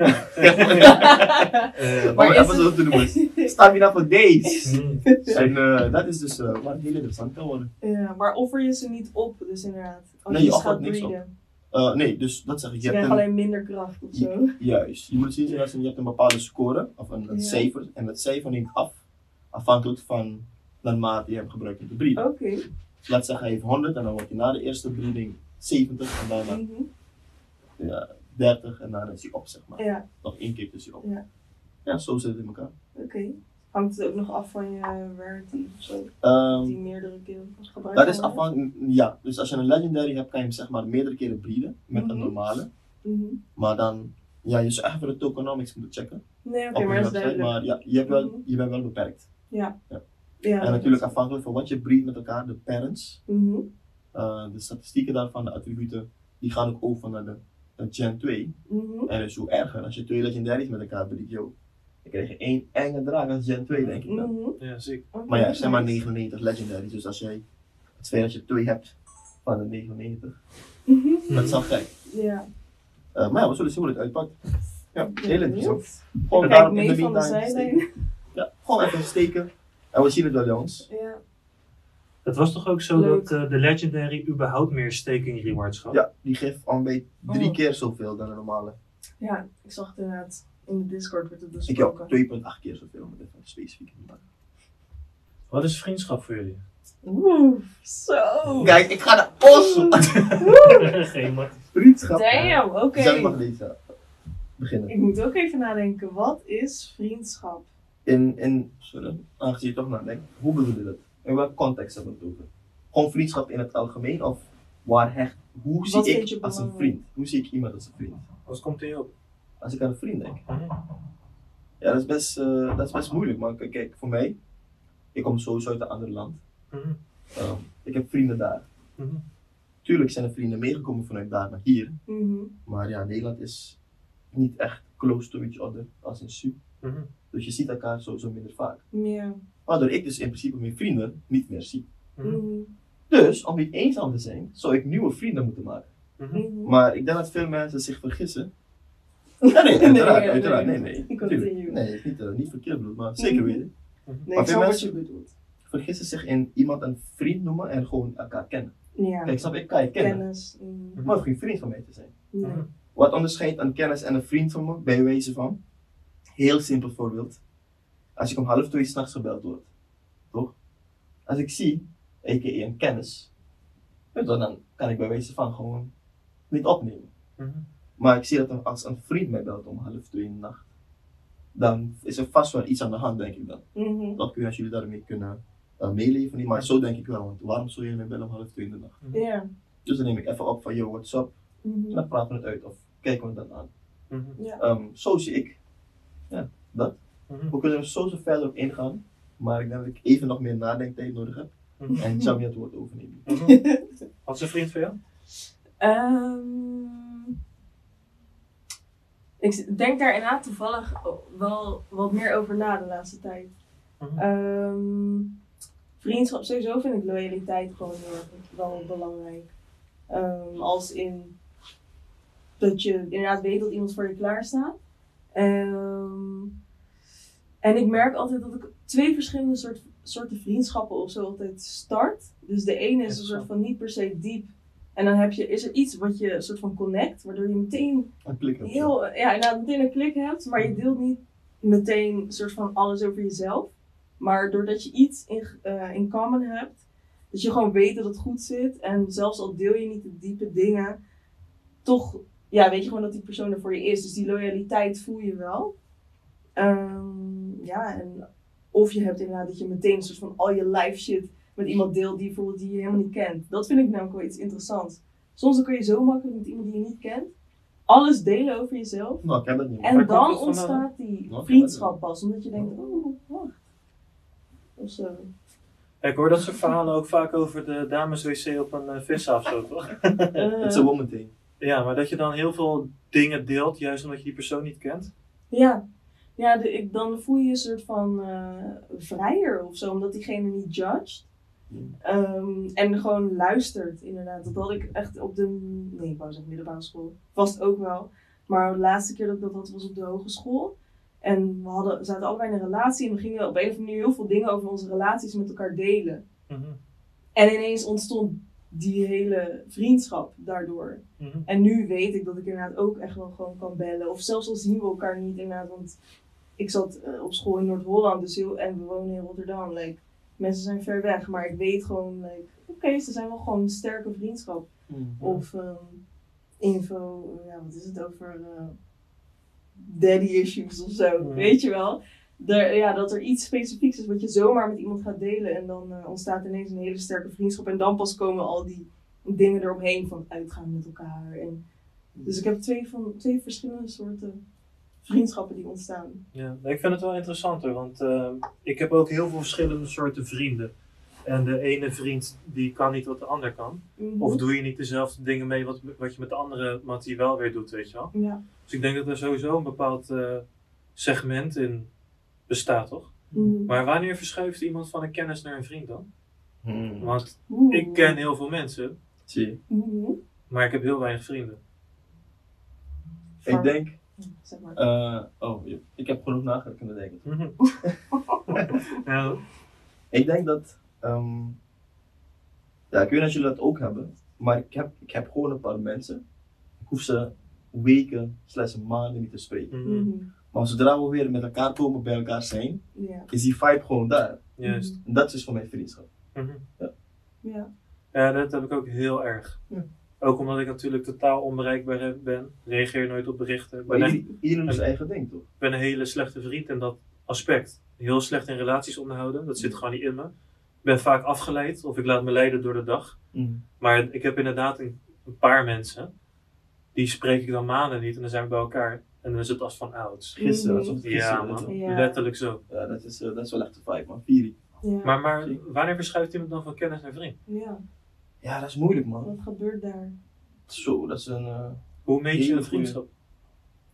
Eh, Maar is even het- zo te noemen. Stamina voor days. mm. En dat is dus waar het heel interessant kan worden. Ja, maar offer je ze niet op, dus inderdaad. Als Nee, je je ze offert gaat niks breeden. Nee, dus dat zeg ik. Ze Je hebt krijgen een, alleen minder kracht of zo. juist. Je moet het zien als je hebt een bepaalde score, of een Ja. cijfer. En dat cijfer neemt af, afhankelijk van naarmate je hem gebruikt om te breeden. Oké. Dus laat zeggen, hij heeft 100 en dan wordt hij na de eerste breeding 70 en daarna Mhm. 30 en daarna is hij op, zeg maar. Ja, Nog 1 keer is hij op. Ja. Ja, zo zit het in elkaar. oké. Hangt het ook nog af van je rarity of zo? Ehm, Die meerdere keren gebruikt dat is worden? afhankelijk, ja. Dus als je een legendary hebt, kan je hem zeg maar meerdere keren breeden met een Mhm. normale. Mhm. Maar dan, ja, je zou echt even de tokenomics moeten checken. Nee, oké, op maar je dat is website. duidelijk. Maar ja, je bent wel beperkt. Ja. Ja. Ja, En natuurlijk afhankelijk van wat je breedt met elkaar, de parents, Mhm. de statistieken daarvan, de attributen, die gaan ook over naar de Gen 2. Mhm. En dus hoe erger, als je 2 legendaries met elkaar breedt, yo, dan krijg je 1 enge draak als Gen 2, denk ik dan. Mhm. Ja, ziek. Oké, Maar ja, er zijn maar nice. 99 legendaries, dus als jij het feit dat je 2 hebt van de 99, Mhm. dat is al gek. Ja. Maar ja, we zullen zien hoe het uitpakt. Ja, heel interessant. Kijk Gewoon daarom in mee de van de meantime zijlijn. steken. Ja, gewoon even steken. En we zien het wel, jongens. Ja. Het was toch ook zo Leuk. dat de Legendary überhaupt meer staking rewards gaf? Ja, die geeft al bij 3 Oh. keer zoveel dan een normale. Ja, ik zag het inderdaad. In de Discord werd het Ik besproken. heb 2,8 keer zoveel met even specifiek. Wat is vriendschap voor jullie? Oeh, zo. Kijk, ik ga naar Oslo. Geen maar. Vriendschap. Damn, oké. Jij mag deze beginnen. Ik moet ook even nadenken. Wat is vriendschap? Sorry, aangezien je toch nadenkt, hoe bedoel je dat? In welke context hebben we het over? Gewoon vriendschap in het algemeen of waar hecht? Hoe zie Wat vind ik je als een belangrijk? vriend? Hoe zie ik iemand als een vriend? Wat komt in je op? Als ik aan een vriend denk. Mhm. Ja, dat is best moeilijk, maar kijk, voor mij, ik kom sowieso uit een ander land. Mhm. Ik heb vrienden daar. Mhm. Tuurlijk zijn er vrienden meegekomen vanuit daar naar hier. Mhm. Maar ja, Nederland is niet echt close to each other, als in su. Mhm. Dus je ziet elkaar sowieso minder vaak. Ja. Waardoor ik dus in principe mijn vrienden niet meer zie. Mhm. Mhm. Dus, om niet eenzaam te zijn, zou ik nieuwe vrienden moeten maken. Mhm. Mhm. Maar ik denk dat veel mensen zich vergissen. Ja, nee, uiteraard, Nee, uiteraard, nee. nee. Continue. Tuurlijk. Nee, niet verkeerd bedoeld, maar zeker weten. Nee, Maar ik veel snap wat je mensen- bedoelt. Vergissen zich in iemand een vriend noemen en gewoon elkaar kennen. Ja. Kijk, snap ik, kan je kennen, Kennis. Mhm. maar hoeft geen vriend van mij te zijn. Nee. Mhm. Wat onderscheidt een kennis en een vriend van me, bij wijze van, heel simpel voorbeeld. Als ik om 1:30 s'nachts gebeld word, toch? Als ik zie, a.k.a. een kennis, weet je wel, dan kan ik bij wijze van gewoon niet opnemen. Mhm. Maar ik zie dat als een vriend mij belt om 1:30 in de nacht, dan is er vast wel iets aan de hand, denk ik dan. Mhm. Dat kun je als jullie daarmee kunnen meeleven, niet, maar zo denk ik wel, want waarom zou je mij bellen om 1:30 in de nacht? Ja. Dus dan neem ik even op van, yo, what's up? En Mhm. dan praten we het uit of kijken we het dan aan. Mhm. Ja. Zo zie ik. Ja, dat. Mhm. We kunnen er zo verder op ingaan, maar ik denk dat ik even nog meer nadenktijd nodig heb. Mhm. En Jamie het woord overnemen. Mhm. Wat is een vriend van jou? Ik denk daar inderdaad toevallig wel wat meer over na de laatste tijd. Mhm. Vriendschap, sowieso vind ik loyaliteit gewoon heel erg wel belangrijk. Als in dat je inderdaad weet dat iemand voor je klaar staat. En ik merk altijd dat ik 2 verschillende soorten vriendschappen of zo altijd start. Dus de ene is een soort van niet per se diep. En dan is er iets wat je een soort van connect, waardoor je meteen Een klik heb. inderdaad meteen een klik hebt, maar je deelt niet meteen een soort van alles over jezelf. Maar doordat je iets in common hebt, dat je gewoon weet dat het goed zit. En zelfs al deel je niet de diepe dingen, toch weet je gewoon dat die persoon er voor je is. Dus die loyaliteit voel je wel. En of je hebt inderdaad dat je meteen een soort van al je life shit met iemand deelt die bijvoorbeeld die je helemaal niet kent. Dat vind ik namelijk wel iets interessants. Soms dan kun je zo makkelijk met iemand die je niet kent, alles delen over jezelf. Nou, ik heb dat niet. En Waar komt dan dat vandaan? ontstaat die Oké, vriendschap pas. Omdat je denkt, oh, wacht. Of zo. Ja, ik hoor dat soort verhalen ook vaak over de dameswc op een vishaaf zo, toch? Het is een woman thing. Ja, maar dat je dan heel veel dingen deelt, juist omdat je die persoon niet kent. Ja, dan voel je je een soort van vrijer of zo, omdat diegene niet judgt. En gewoon luistert, inderdaad. Dat had ik echt op ik wou zeggen middelbare school. Vast ook wel. Maar de laatste keer dat ik dat had was op de hogeschool. En we zaten allebei in een relatie en we gingen op een of andere manier heel veel dingen over onze relaties met elkaar delen. Mhm. En ineens ontstond die hele vriendschap daardoor. Mhm. En nu weet ik dat ik inderdaad ook echt wel gewoon kan bellen. Of zelfs al zien we elkaar niet inderdaad. Want ik zat op school in Noord-Holland en we wonen in Rotterdam. Mensen zijn ver weg. Maar ik weet gewoon, oké, ze zijn wel gewoon een sterke vriendschap. Of info, wat is het over daddy issues of zo. Mhm. Weet je wel. Dat er iets specifieks is wat je zomaar met iemand gaat delen. En dan ontstaat ineens een hele sterke vriendschap. En dan pas komen al die dingen eromheen van uitgaan met elkaar. Dus ik heb twee verschillende soorten vriendschappen die ontstaan. Ja, ik vind het wel interessant hoor, want ik heb ook heel veel verschillende soorten vrienden. En de ene vriend die kan niet wat de ander kan. Of doe je niet dezelfde dingen mee wat je met de andere die wel weer doet, weet je wel. Ja. Dus ik denk dat er sowieso een bepaald segment in bestaat, toch? Mhm. Maar wanneer verschuift iemand van een kennis naar een vriend dan? Want Oeh. ik ken heel veel mensen, Zie je. Mhm. maar ik heb heel weinig vrienden. Ik denk, Zeg maar. ik heb genoeg nagedacht kunnen denken. Mhm. Ja. Ik denk dat, ik weet niet of jullie dat ook hebben, maar ik heb gewoon een paar mensen. Ik hoef ze weken / maanden niet te spreken. Mhm. Mhm. Maar zodra we weer met elkaar komen, bij elkaar zijn, Ja. is die vibe gewoon daar. Juist. En dat is dus voor mij vriendschap. Mhm. Ja. Ja, dat heb ik ook heel erg. Ja. Ook omdat ik natuurlijk totaal onbereikbaar ben, reageer nooit op berichten. Ik Maar ben, iedereen doet zijn eigen ding, toch? ben een hele slechte vriend in dat aspect. Heel slecht in relaties onderhouden, dat zit gewoon niet in me. Ik ben vaak afgeleid of ik laat me leiden door de dag. Maar ik heb inderdaad een paar mensen, die spreek ik dan maanden niet en dan zijn we bij elkaar. En dan is het als van ouds. Gisteren, Mhm. alsof het gisteren Ja was. man, Ja. letterlijk zo. Ja, dat is wel echt een vibe, man. Vieri. Ja. Maar wanneer verschuift iemand dan van kennis naar vriend? Ja. Ja, dat is moeilijk, man. Wat gebeurt daar? Zo, dat is een... Hoe meet je Hele een vriendschap?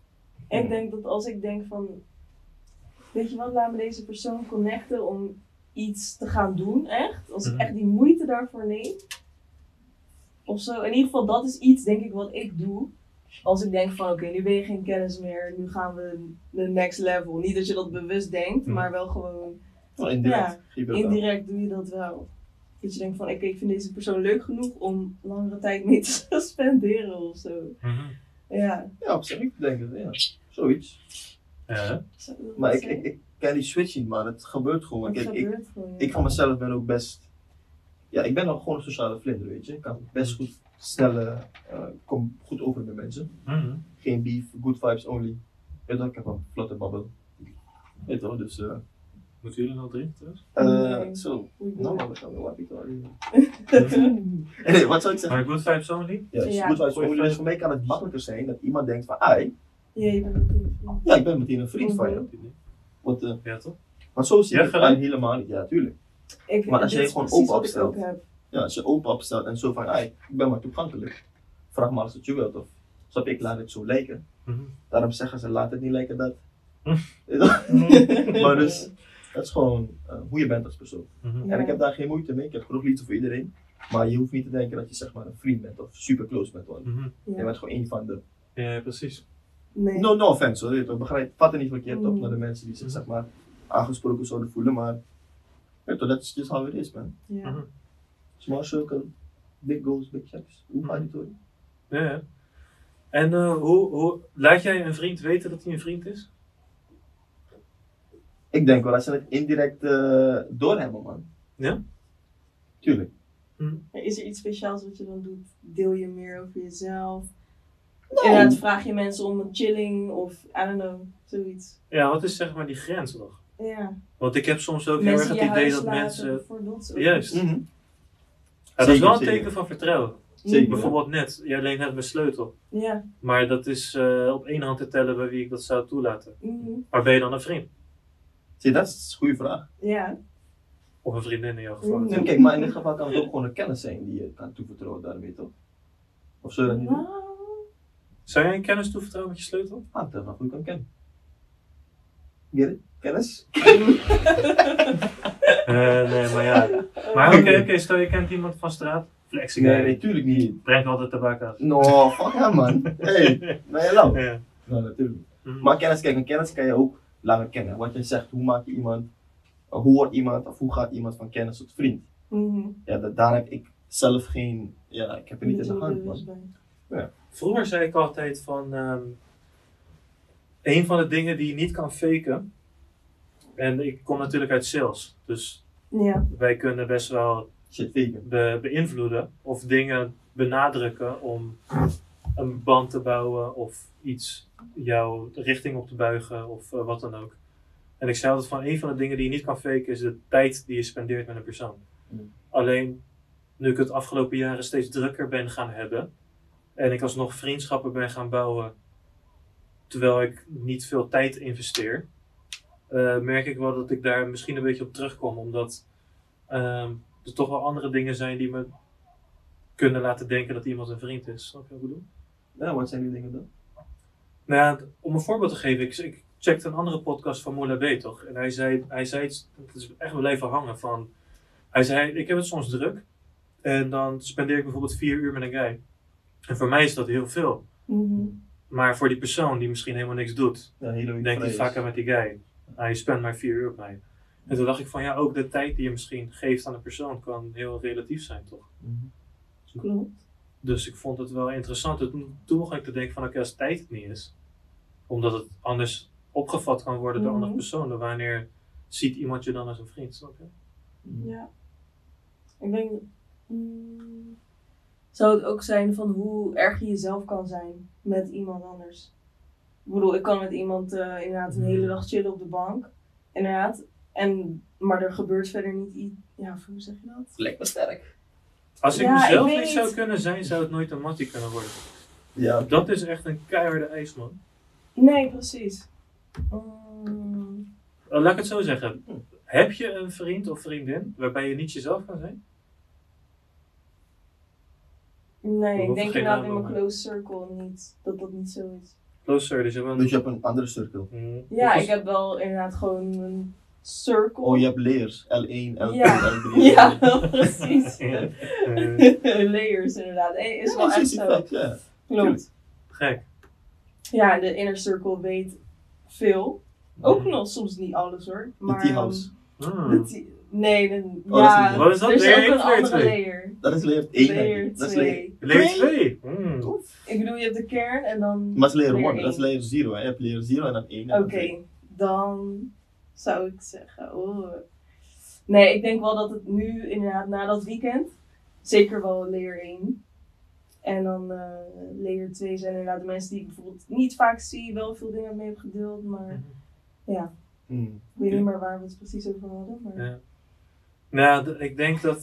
Ik denk dat als ik denk van, weet je wat, laat me deze persoon connecten om iets te gaan doen, echt. Als ik echt die moeite daarvoor neem. Of zo. In ieder geval, dat is iets, denk ik, wat ik doe. Als ik denk van, oké, nu ben je geen kennis meer, nu gaan we de next level. Niet dat je dat bewust denkt, maar wel gewoon... indirect doe je dat wel. Dat je denkt van, oké, ik vind deze persoon leuk genoeg om langere tijd mee te spenderen of zo. Ja. Ja, op zich, ik denk het, ja. Zoiets. Maar ik ken die switch niet, man. Het gebeurt gewoon. Ik van mezelf ben ook best... Ja, ik ben dan gewoon een sociale vlinder, weet je. Ik kan best goed snel, kom goed over met mensen. Geen beef, good vibes only. Weet je, ik heb een vlotte babbel. Weet je wel, dus... Moeten jullie nog drinken trouwens? Zo. Nou, maar we gaan wel wat ik al. Nee, wat zou ik zeggen? Maar good vibes only? Ja, good vibes only. Dus voor mij kan het makkelijker zijn dat iemand denkt van, ai. Ja, je bent meteen een vriend. Ja, ik ben meteen een vriend van je. Ja, toch? Maar zo zie ik het helemaal niet, ja, tuurlijk. Maar als jij gewoon open opstelt, ja, als je open opstelt en zo van, ai, ik ben maar toegankelijk. Vraag maar als het je wilt, of snap je, ik laat het zo lijken. Daarom zeggen ze, laat het niet lijken dat. Maar dus, dat is gewoon hoe je bent als persoon. En ik heb daar geen moeite mee, ik heb genoeg liefde voor iedereen. Maar je hoeft niet te denken dat je zeg maar een vriend bent of super close bent. Je bent gewoon een van de... Ja, precies. Nee. No offense hoor, ik begrijp, vat er niet verkeerd op naar de mensen die zich zeg maar aangesproken zouden voelen, maar weet je, that's just how it is, man. Small circle, big goals, big checks. Hoe gaat het hoor? Ja. En hoe laat jij een vriend weten dat hij een vriend is? Ik denk wel dat ze het indirect doorhebben, man. Ja? Tuurlijk. Is er iets speciaals wat je dan doet? Deel je meer over jezelf? Inderdaad, vraag je mensen om een chilling of, I don't know, zoiets. Ja, wat is zeg maar die grens nog? Ja. Want ik heb soms ook heel erg het idee dat mensen... Juist. Ja, dat is wel een teken van vertrouwen. Zeker. Bijvoorbeeld net, jij leent net mijn sleutel. Ja. Maar dat is op één hand te tellen bij wie ik dat zou toelaten. Maar ben je dan een vriend? Zie, dat is een goede vraag. Ja. Of een vriendin in jouw geval. Kijk, maar in dit geval kan het ook gewoon een kennis zijn die je kan toevertrouwen daarmee, toch? Of zou je dat niet doen? Zou jij een kennis toevertrouwen met je sleutel? Ah, dat is goed kan kennen. Get it? Kennis? Nee, maar ja. Maar oké, stel je kent iemand van straat. Flexing. Nee, tuurlijk niet. Breng altijd tabak uit. No, fuck hem man. Hey, ben je lauw? Ja. Nou, natuurlijk. Maar kennis, kijk, een kennis kan je ook langer kennen. Wat je zegt, hoe maak je iemand, hoe wordt iemand of hoe gaat iemand van kennis tot vriend? Ja, daar heb ik zelf geen, ja, ik heb er niet in de hand, man. Ja. Vroeger zei ik altijd van, een van de dingen die je niet kan faken, en ik kom natuurlijk uit sales, dus wij kunnen best wel beïnvloeden of dingen benadrukken om een band te bouwen of iets jouw richting op te buigen of wat dan ook. En ik zei altijd van, een van de dingen die je niet kan faken is de tijd die je spendeert met een persoon. Alleen, nu ik het afgelopen jaren steeds drukker ben gaan hebben en ik alsnog vriendschappen ben gaan bouwen terwijl ik niet veel tijd investeer, merk ik wel dat ik daar misschien een beetje op terugkom, omdat er toch wel andere dingen zijn die me kunnen laten denken dat iemand een vriend is. Snap je wat ik bedoel? Ja, wat zijn die dingen dan? Nou ja, om een voorbeeld te geven, ik checkte een andere podcast van Moula B, toch? En hij zei iets, het is echt wel even hangen van, hij zei, ik heb het soms druk en dan spendeer ik bijvoorbeeld 4 uur met een guy. En voor mij is dat heel veel. Maar voor die persoon die misschien helemaal niks doet, denkt hij vaker met die guy. Je spent maar 4 uur op mij. En toen dacht ik van, ja, ook de tijd die je misschien geeft aan een persoon kan heel relatief zijn, toch? Klopt. Dus ik vond het wel interessant. Toen begon ik te denken van, oké, als tijd het niet is, omdat het anders opgevat kan worden door andere personen, wanneer ziet iemand je dan als een vriend, snap je? Ja. Ik denk, zou het ook zijn van hoe erg je jezelf kan zijn met iemand anders. Ik bedoel, ik kan met iemand inderdaad een hele dag chillen op de bank, inderdaad, maar er gebeurt verder niet iets, ja, hoe zeg je dat? Lekker sterk. Als ik mezelf niet zou kunnen zijn, zou het nooit een mattie kunnen worden. Ja. Dat is echt een keiharde eis, man. Nee, precies. Laat ik het zo zeggen. Heb je een vriend of vriendin waarbij je niet jezelf kan zijn? Nee, ik denk inderdaad in mijn close circle niet, dat niet zo is. Closer, dus je hebt Dus je hebt een andere cirkel. Ja, ik heb wel inderdaad gewoon een circle. Oh, je hebt layers. L1, L2, Ja. L3. Ja, precies. Ja. Layers inderdaad. Is Ja, wel echt precies, zo. effect, ja. Klopt. Gek. Ja, en de inner circle weet veel. Ook nog soms niet alles hoor. De Maar, T-house. nee, Oh, ja. Wat is dat? Er is Layer ook een 1 of layer andere 2? layer. Dat is layer 1. Layer Dat is 2. Layer Twee? 2? Ik bedoel, je hebt de kern en dan. Maar dat is layer 1, layer dat is 1. layer 0. Je hebt layer 0 en dan 1. Oké, dan zou ik zeggen. Nee, ik denk wel dat het nu inderdaad na dat weekend zeker wel layer 1. En dan layer 2 zijn inderdaad de mensen die ik bijvoorbeeld niet vaak zie, wel veel dingen mee heb gedeeld, maar ja, ik weet niet meer waar we het precies over hadden. Maar... Ja. Nou, ik denk dat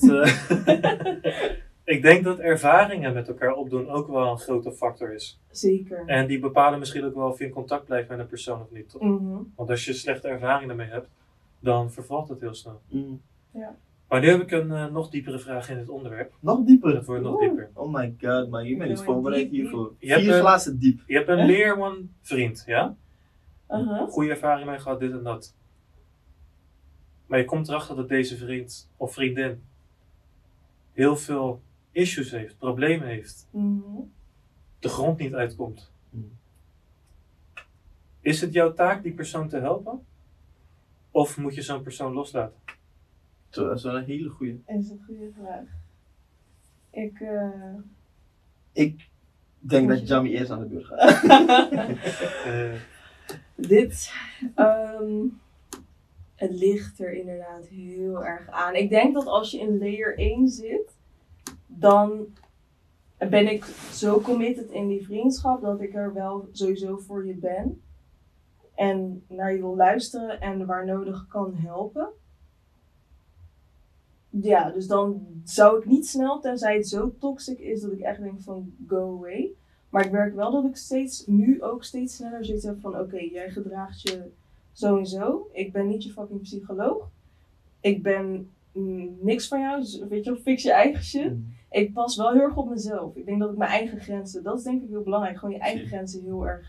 ik denk dat ervaringen met elkaar opdoen ook wel een grote factor is. Zeker. En die bepalen misschien ook wel of je in contact blijft met een persoon of niet, toch? Mhm. Want als je slechte ervaringen ermee hebt, dan vervalt het heel snel. Ja. Maar nu heb ik een nog diepere vraag in het onderwerp. Nog dieper. Dat wordt nog dieper. Oh my god, maar je bent niet voorbereid hiervoor. Je hebt 4 een- glazen diep. Je hebt een layer one vriend, ja? Uh-huh. Goede ervaring mee gehad, dit en dat. Maar je komt erachter dat deze vriend of vriendin heel veel issues heeft, problemen heeft, Mhm. de grond niet uitkomt. Hmm. Is het jouw taak die persoon te helpen? Of moet je zo'n persoon loslaten? Zo, dat is wel een hele goeie. Dat is een goede vraag. Ik denk dat Jamie eerst aan de beurt gaat. Dit, het ligt er inderdaad heel erg aan. Ik denk dat als je in layer 1 zit, dan ben ik zo committed in die vriendschap dat ik er wel sowieso voor je ben. En naar je wil luisteren en waar nodig kan helpen. Ja, dus dan zou ik niet snel, tenzij het zo toxic is dat ik echt denk van go away. Maar ik merk wel dat ik nu ook steeds sneller zoiets heb van oké, jij gedraagt je zo en zo. Ik ben niet je fucking psycholoog. Ik ben niks van jou, dus weet je wel, fix je eigen shit. Ik pas wel heel erg op mezelf. Ik denk dat ik mijn eigen grenzen, dat is denk ik heel belangrijk. Gewoon je eigen grenzen heel erg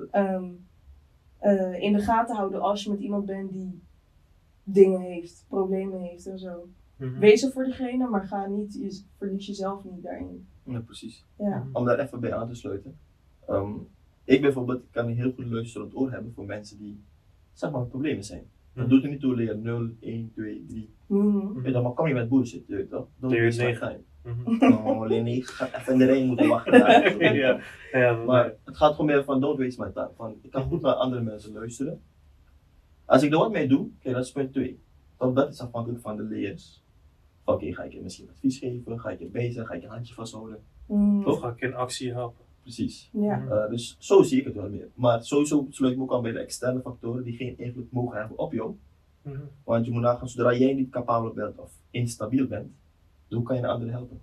in de gaten houden als je met iemand bent die dingen heeft, problemen heeft en zo. Wees er voor diegene, maar verlies jezelf niet daarin. Ja, precies. Ja. Om daar even bij aan te sluiten. Ik bijvoorbeeld kan een heel goed luisterend oor hebben voor mensen die, zeg maar, problemen zijn. Dat doet er niet toe leren 0, 1, 2, 3. Weet je, maar kom je met bullshit, weet je toch? Leer 9. Oh, leer 9 gaat even in de rij moeten wachten. Maar het gaat gewoon meer van don't waste my time. Van, ik kan goed naar andere mensen luisteren. Als ik er wat mee doe, kijk, dat is punt 2. Dat is afhankelijk van de layers. Oké, ga ik je misschien advies geven? Ga ik je bezig? Ga ik je handje vasthouden? Of ga ik in actie helpen? Precies. Ja. Dus zo zie ik het wel meer. Maar sowieso sluit ik me ook aan bij de externe factoren die geen invloed mogen hebben op jou. Want je moet nagaan, zodra jij niet capabel bent of instabiel bent, hoe kan je een ander helpen?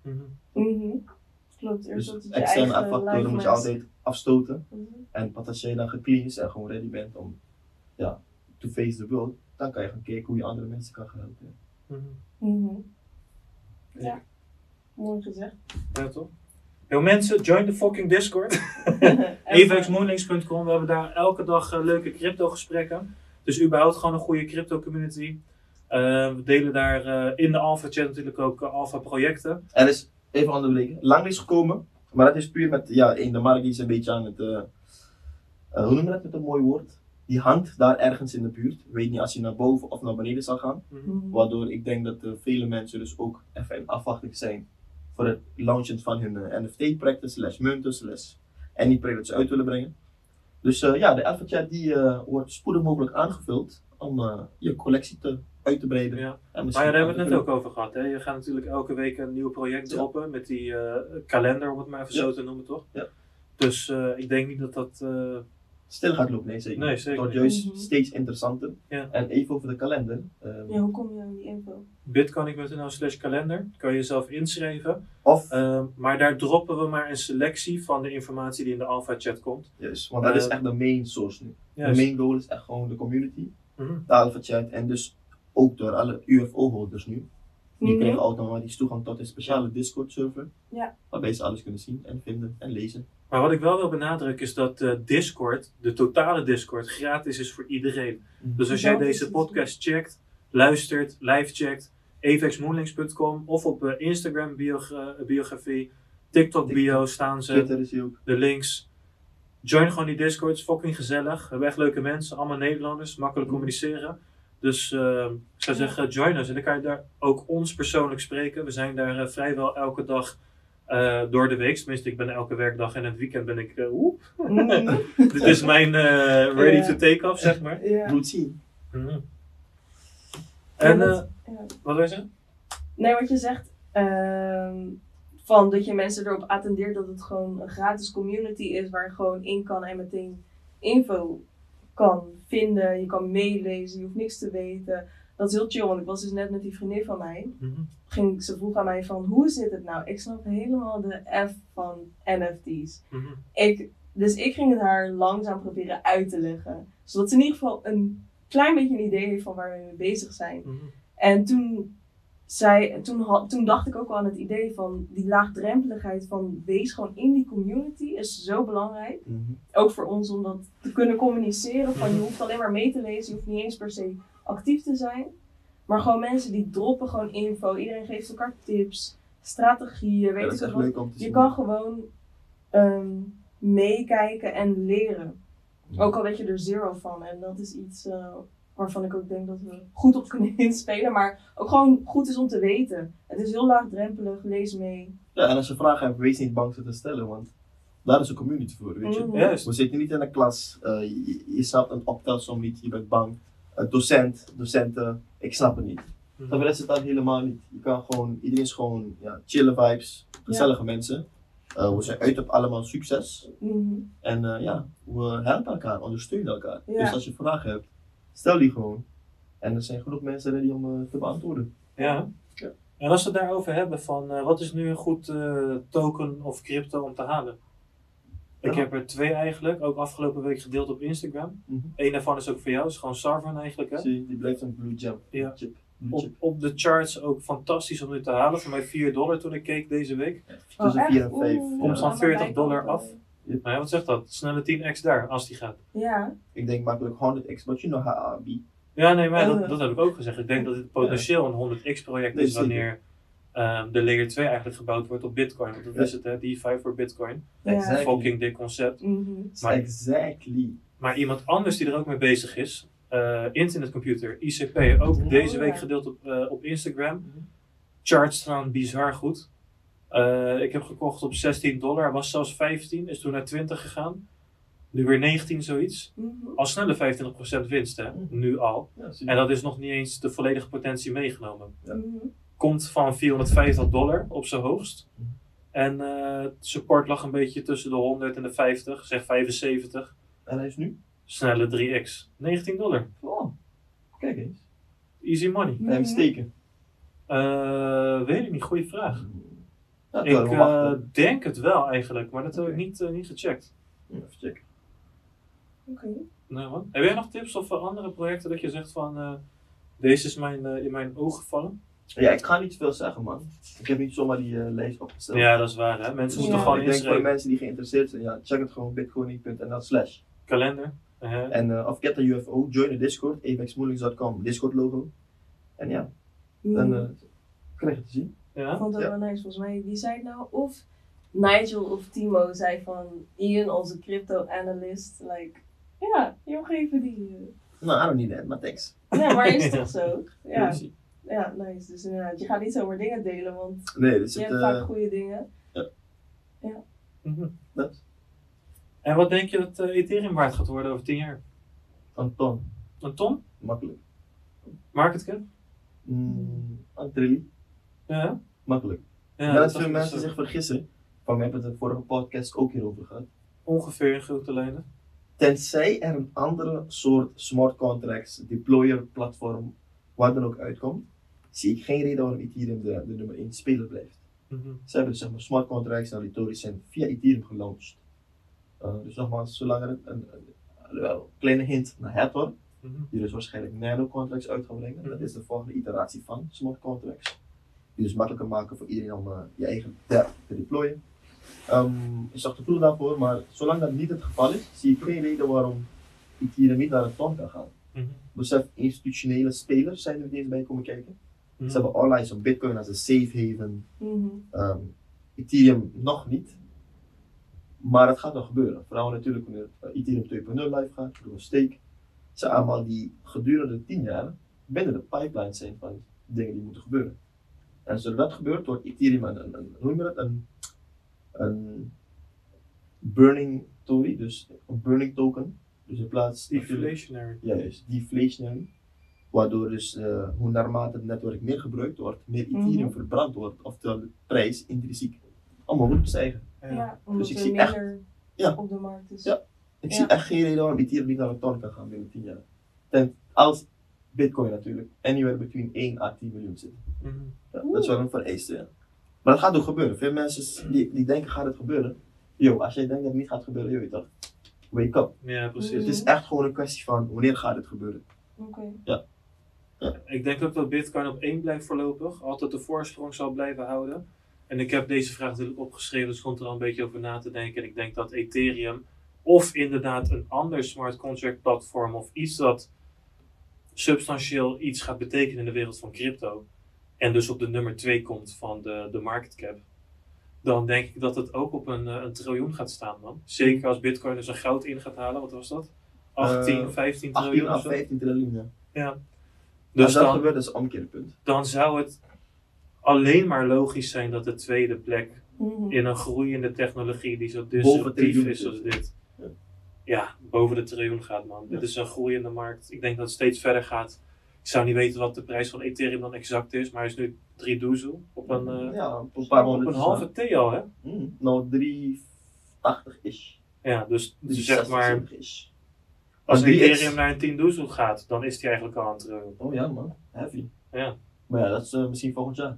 Klopt. Dus externe factoren moet je altijd afstoten. En pas als jij dan gecleansed en gewoon ready bent om to face the world, dan kan je gaan kijken hoe je andere mensen kan gaan helpen. Ja, mooi gezegd. Ja, toch? Yo mensen, join the fucking Discord. evexmoonlinks.com. We hebben daar elke dag leuke crypto gesprekken. Dus überhaupt gewoon een goede crypto community. We delen daar in de Alpha chat natuurlijk ook Alpha projecten. Er is, even onderbreken, lang is gekomen. Maar dat is puur met, de markt is een beetje aan het, hoe noem je dat met een mooi woord? Die hangt daar ergens in de buurt. Ik weet niet als hij naar boven of naar beneden zal gaan. Waardoor ik denk dat vele mensen dus ook even in afwachting zijn voor het launchen van hun NFT-projecten, munten, any project dat ze uit willen brengen. Dus de Alpha Chat die wordt spoedig mogelijk aangevuld om je collectie uit te breiden. Ja. En Maar daar hebben we het net ook over gehad. Hè? Je gaat natuurlijk elke week een nieuw project droppen met die kalender, om het maar even zo te noemen, toch? Ja. Dus ik denk niet dat dat... stil gaat lopen, nee zeker. Nee, zeker het wordt niet. juist steeds interessanter. Ja. En even over de kalender. Hoe kom je aan die info? Bitcoin.nl/kalender kan je jezelf inschrijven. Of, maar daar droppen we maar een selectie van de informatie die in de Alpha Chat komt. yes, want dat is echt de main source nu. Juist. De main goal is echt gewoon de community, de Alpha Chat en dus ook door alle UFO-holders nu. Die kregen automatisch toegang tot een speciale Discord server. Ja. Waarbij ze alles kunnen zien en vinden en lezen. Maar wat ik wel wil benadrukken is dat Discord, de totale Discord, gratis is voor iedereen. Dus als jij deze podcast checkt, luistert, live checkt, avexmoonlinks.com of op Instagram biografie, TikTok bio staan ze, Twitter is hier ook. de links. Join gewoon die Discord, het is fucking gezellig. We hebben echt leuke mensen, allemaal Nederlanders, makkelijk communiceren. Dus ik zou zeggen, join us. En dan kan je daar ook ons persoonlijk spreken. We zijn daar vrijwel elke dag door de week. Tenminste, ik ben elke werkdag en het weekend ben ik... Dit is mijn ready to take off, zeg maar. Routine. En wat wil je zeggen? Nee, wat je zegt, van dat je mensen erop attendeert dat het gewoon een gratis community is waar je gewoon in kan en meteen info kan vinden. Je kan meelezen, je hoeft niks te weten. Dat is heel chill, want ik was dus net met die vriendin van mij. Ze vroeg aan mij van, hoe zit het nou? Ik snap helemaal de F van NFT's. Dus ik ging het haar langzaam proberen uit te leggen. Zodat ze in ieder geval een klein beetje een idee heeft van waar we mee bezig zijn. En toen dacht ik ook al aan het idee van die laagdrempeligheid van wees gewoon in die community is zo belangrijk. Ook voor ons om dat te kunnen communiceren. Van je hoeft alleen maar mee te lezen, je hoeft niet eens per se actief te zijn. Maar gewoon mensen die droppen gewoon info. Iedereen geeft elkaar tips, strategieën, weet je wat. Je kan gewoon meekijken en leren. Ook al weet je er zero van. En dat is iets waarvan ik ook denk dat we goed op kunnen inspelen. Maar ook gewoon goed is om te weten. Het is heel laagdrempelig, lees mee. Ja, en als je vragen hebt, wees niet bang ze te stellen. Want daar is een community voor, weet je. We zitten niet in een klas. Je snapt een optelsom niet. Je bent bang. Docenten, ik snap het niet. Dat is het dan helemaal niet. Je kan gewoon, iedereen is gewoon chille vibes, gezellige mensen. We zijn uit op allemaal succes. En we helpen elkaar, ondersteunen elkaar. Dus als je vragen hebt, stel die gewoon. En er zijn genoeg mensen ready om te beantwoorden. Ja. En als we het daarover hebben van wat is nu een goed token of crypto om te halen? Ik heb er 2 eigenlijk, ook afgelopen week gedeeld op Instagram. Eén daarvan is ook voor jou, is gewoon Sarvan eigenlijk. Hè? Zie, die blijft een blue chip. Ja. Op de charts ook fantastisch om nu te halen. Voor mij $4 toen ik keek deze week. Tussen 4 en 5. Komt van $40 af. Maar wat zegt dat? Snelle 10x daar, als die gaat. Ja. Ik denk makkelijk 100x, but you know how I be. Ja, nee, maar dat heb ik ook gezegd. Ik denk dat dit potentieel een 100x project is wanneer de layer 2 eigenlijk gebouwd wordt op Bitcoin. Want dat is het, hè? DeFi voor Bitcoin. Exactly. Fucking dik concept. Maar iemand anders die er ook mee bezig is, internetcomputer, ICP, ook deze week gedeeld op Instagram. Charts staan bizar goed. Ik heb gekocht op $16, was zelfs 15, is toen naar 20 gegaan. Nu weer 19 zoiets. Al snelle 25% winst, hè? Nu al. En dat is nog niet eens de volledige potentie meegenomen. Komt van $450 op zijn hoogst. En support lag een beetje tussen de 100 en de 50, zeg 75. En hij is nu? Snelle 3x. $19. Oh, kijk eens. Easy money. En hem steken? Weet ik niet, goede vraag. Ja, ik denk het wel eigenlijk, maar dat heb ik niet gecheckt. Even checken. Nee, wat? Heb jij nog tips of andere projecten dat je zegt van deze is in mijn ogen gevallen? Ja, ik ga niet veel zeggen, man. Ik heb niet zomaar die lijst opgesteld. Ja, dat is waar, hè? Mensen moeten gewoon inschrijven. Ik denk voor de mensen die geïnteresseerd zijn, check het gewoon bitcoin.nl/. Kalender. En of get a UFO, join the Discord, avexmoonlinks.com, Discord logo. En dan krijg je het te zien. Ik vond het wel nice, volgens mij. Wie zei het nou? Of Nigel of Timo zei van Ian, onze crypto analyst. Like, joh, geven die. Nou, I don't need that, maar thanks. Ja, maar is toch zo? Ja, nice. Dus inderdaad, je gaat niet zomaar dingen delen, want dus je hebt vaak goede dingen. En wat denk je dat Ethereum waard gaat worden over 10 jaar? Een ton. Een ton? Makkelijk. Market cap? Een trillie. Ja. Makkelijk. Ja, dat veel mensen zich vergissen. Van we hebben het in de vorige podcast ook hierover gehad. Ongeveer in grote lijnen. Tenzij er een andere soort smart contracts, deployer, platform, waar dan ook uitkomt, zie ik geen reden waarom Ethereum de nummer 1 speler blijft. Ze hebben dus zeg maar smart contracts, nou die Tories zijn via Ethereum gelaunched. Dus nogmaals, zolang er een kleine hint naar Hathor, die dus waarschijnlijk nano contracts uit gaan brengen, dat is de volgende iteratie van smart contracts. die dus makkelijker maken voor iedereen om je eigen dApp te deployen. Ik zag de tool daarvoor, maar zolang dat niet het geval is, zie ik geen reden waarom Ethereum niet naar een ton kan gaan. Besef, institutionele spelers zijn er meteen bij komen kijken. Ze hebben allerlei zo'n Bitcoin als een safe haven. Ethereum nog niet. Maar het gaat nog gebeuren. Vooral natuurlijk wanneer Ethereum 2.0 live gaat, door een stake. Ze allemaal die gedurende 10 jaar binnen de pipeline zijn van dingen die moeten gebeuren. En zodra dat gebeurt, wordt Ethereum een burning token, dus een burning token. Dus in plaats deflationary. Juist, deflationary. Waardoor dus hoe naarmate het netwerk meer gebruikt wordt, meer Ethereum verbrand wordt, oftewel de prijs intrinsiek allemaal moet stijgen. Ja, omdat dus ik er zie minder echt, op de markt is. Ja, ik zie echt geen reden waarom Ethereum niet naar een ton kan gaan binnen 10 jaar. Als Bitcoin natuurlijk anywhere between 1 à 10 miljoen zit. Ja, dat is wel een vereiste. Ja. Maar dat gaat ook gebeuren. Veel mensen die denken gaat het gebeuren. Yo, als jij denkt dat het niet gaat gebeuren, je weet toch, wake up. Ja, precies. Het is echt gewoon een kwestie van wanneer gaat het gebeuren. Ja. Ik denk ook dat Bitcoin op 1 blijft voorlopig, altijd de voorsprong zal blijven houden. En ik heb deze vraag natuurlijk opgeschreven, dus stond er al een beetje over na te denken. En ik denk dat Ethereum of inderdaad een ander smart contract platform of iets dat substantieel iets gaat betekenen in de wereld van crypto. En dus op de nummer 2 komt van de market cap. Dan denk ik dat het ook op een triljoen gaat staan, man. Zeker als Bitcoin dus een goud in gaat halen, wat was dat? 18, 15 triljoen 18 à 15 triljoen, ja. Ja. Dus als dat gebeurt, dat is een omkeerpunt. Dan zou het alleen maar logisch zijn dat de tweede plek in een groeiende technologie die zo disruptief is als dit, boven de triljoen gaat, man. Dit is een groeiende markt. Ik denk dat het steeds verder gaat. Ik zou niet weten wat de prijs van Ethereum dan exact is, maar hij is nu 3 doezel op een, een paar op een halve T al, hè? Nou, 380-ish. Ja, dus zeg maar, 70-ish. als Ethereum naar een 10 doezel gaat, dan is hij eigenlijk al aan het triljoen. Oh ja, man. Heavy. Ja. Maar ja, dat is misschien volgend jaar.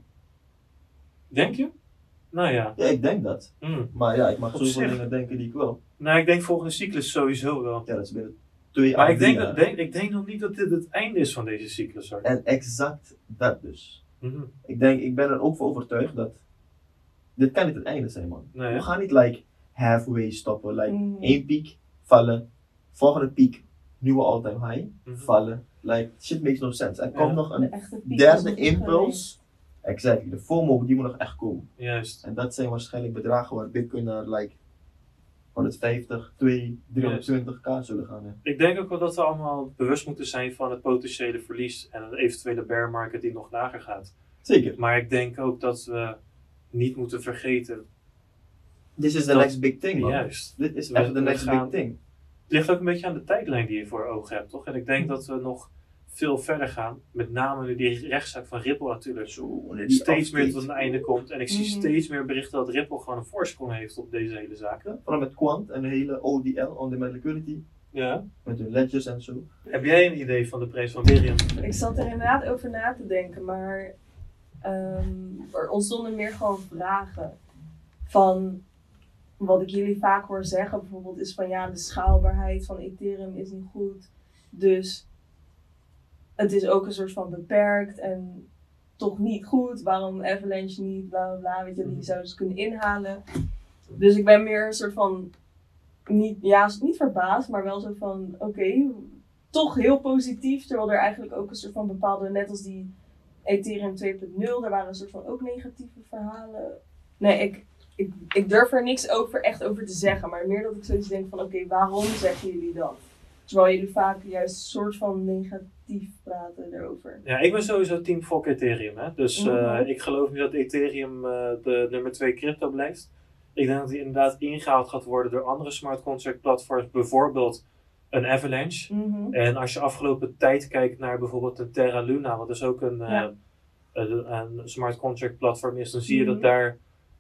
Denk je? Nou ja. Ja, ik denk dat. Maar ja, ik mag zoveel dingen denken die ik wil. Nou, ik denk volgende cyclus sowieso wel. Ja, dat is binnen 2 maar ik denk nog niet dat dit het einde is van deze cyclus, hoor. En exact dat dus. Ik ben er ook voor overtuigd dat dit kan niet het einde zijn, man. Nee, we gaan niet halfway stoppen. Één piek, vallen. Volgende piek, nieuwe all-time high, vallen. Shit makes no sense. Er komt nog een derde impuls. Exactly, de FOMO die moet nog echt komen. Juist. En dat zijn waarschijnlijk bedragen waar Bitcoin naar 150, 200, 320k zullen gaan. Ja. Ik denk ook wel dat we allemaal bewust moeten zijn van het potentiële verlies en een eventuele bear market die nog lager gaat. Zeker. Maar ik denk ook dat we niet moeten vergeten. This is the next big thing, man. Juist. Dit is echt the next big thing. Het ligt ook een beetje aan de tijdlijn die je voor ogen hebt, toch? En ik denk dat we nog veel verder gaan. Met name nu die rechtszaak van Ripple natuurlijk steeds meer tot een einde komt. En ik zie steeds meer berichten dat Ripple gewoon een voorsprong heeft op deze hele zaak. Ja, vooral met Quant en de hele ODL, On-Demand Liquidity. Ja. Met hun ledgers en zo. Heb jij een idee van de prijs van Ethereum? Ik zat er inderdaad over na te denken, maar er ontstonden meer gewoon vragen. Van wat ik jullie vaak hoor zeggen bijvoorbeeld is van ja, de schaalbaarheid van Ethereum is niet goed. Dus het is ook een soort van beperkt en toch niet goed. Waarom Avalanche niet, bla bla bla, weet je, die zouden ze kunnen inhalen. Dus ik ben meer een soort van, niet verbaasd, maar wel zo van, oké, toch heel positief. Terwijl er eigenlijk ook een soort van bepaalde, net als die Ethereum 2.0, daar waren een soort van ook negatieve verhalen. Nee, ik durf er niks echt over te zeggen, maar meer dat ik zoiets denk van, oké, waarom zeggen jullie dat? Terwijl jullie vaak juist een soort van negatief praten erover. Ja, ik ben sowieso team fuck Ethereum. Hè? Dus ik geloof niet dat Ethereum de nummer 2 crypto blijft. Ik denk dat die inderdaad ingehaald gaat worden door andere smart contract platforms. Bijvoorbeeld een Avalanche. En als je afgelopen tijd kijkt naar bijvoorbeeld een Terra Luna. Wat dus ook een smart contract platform is. Dan zie je dat daar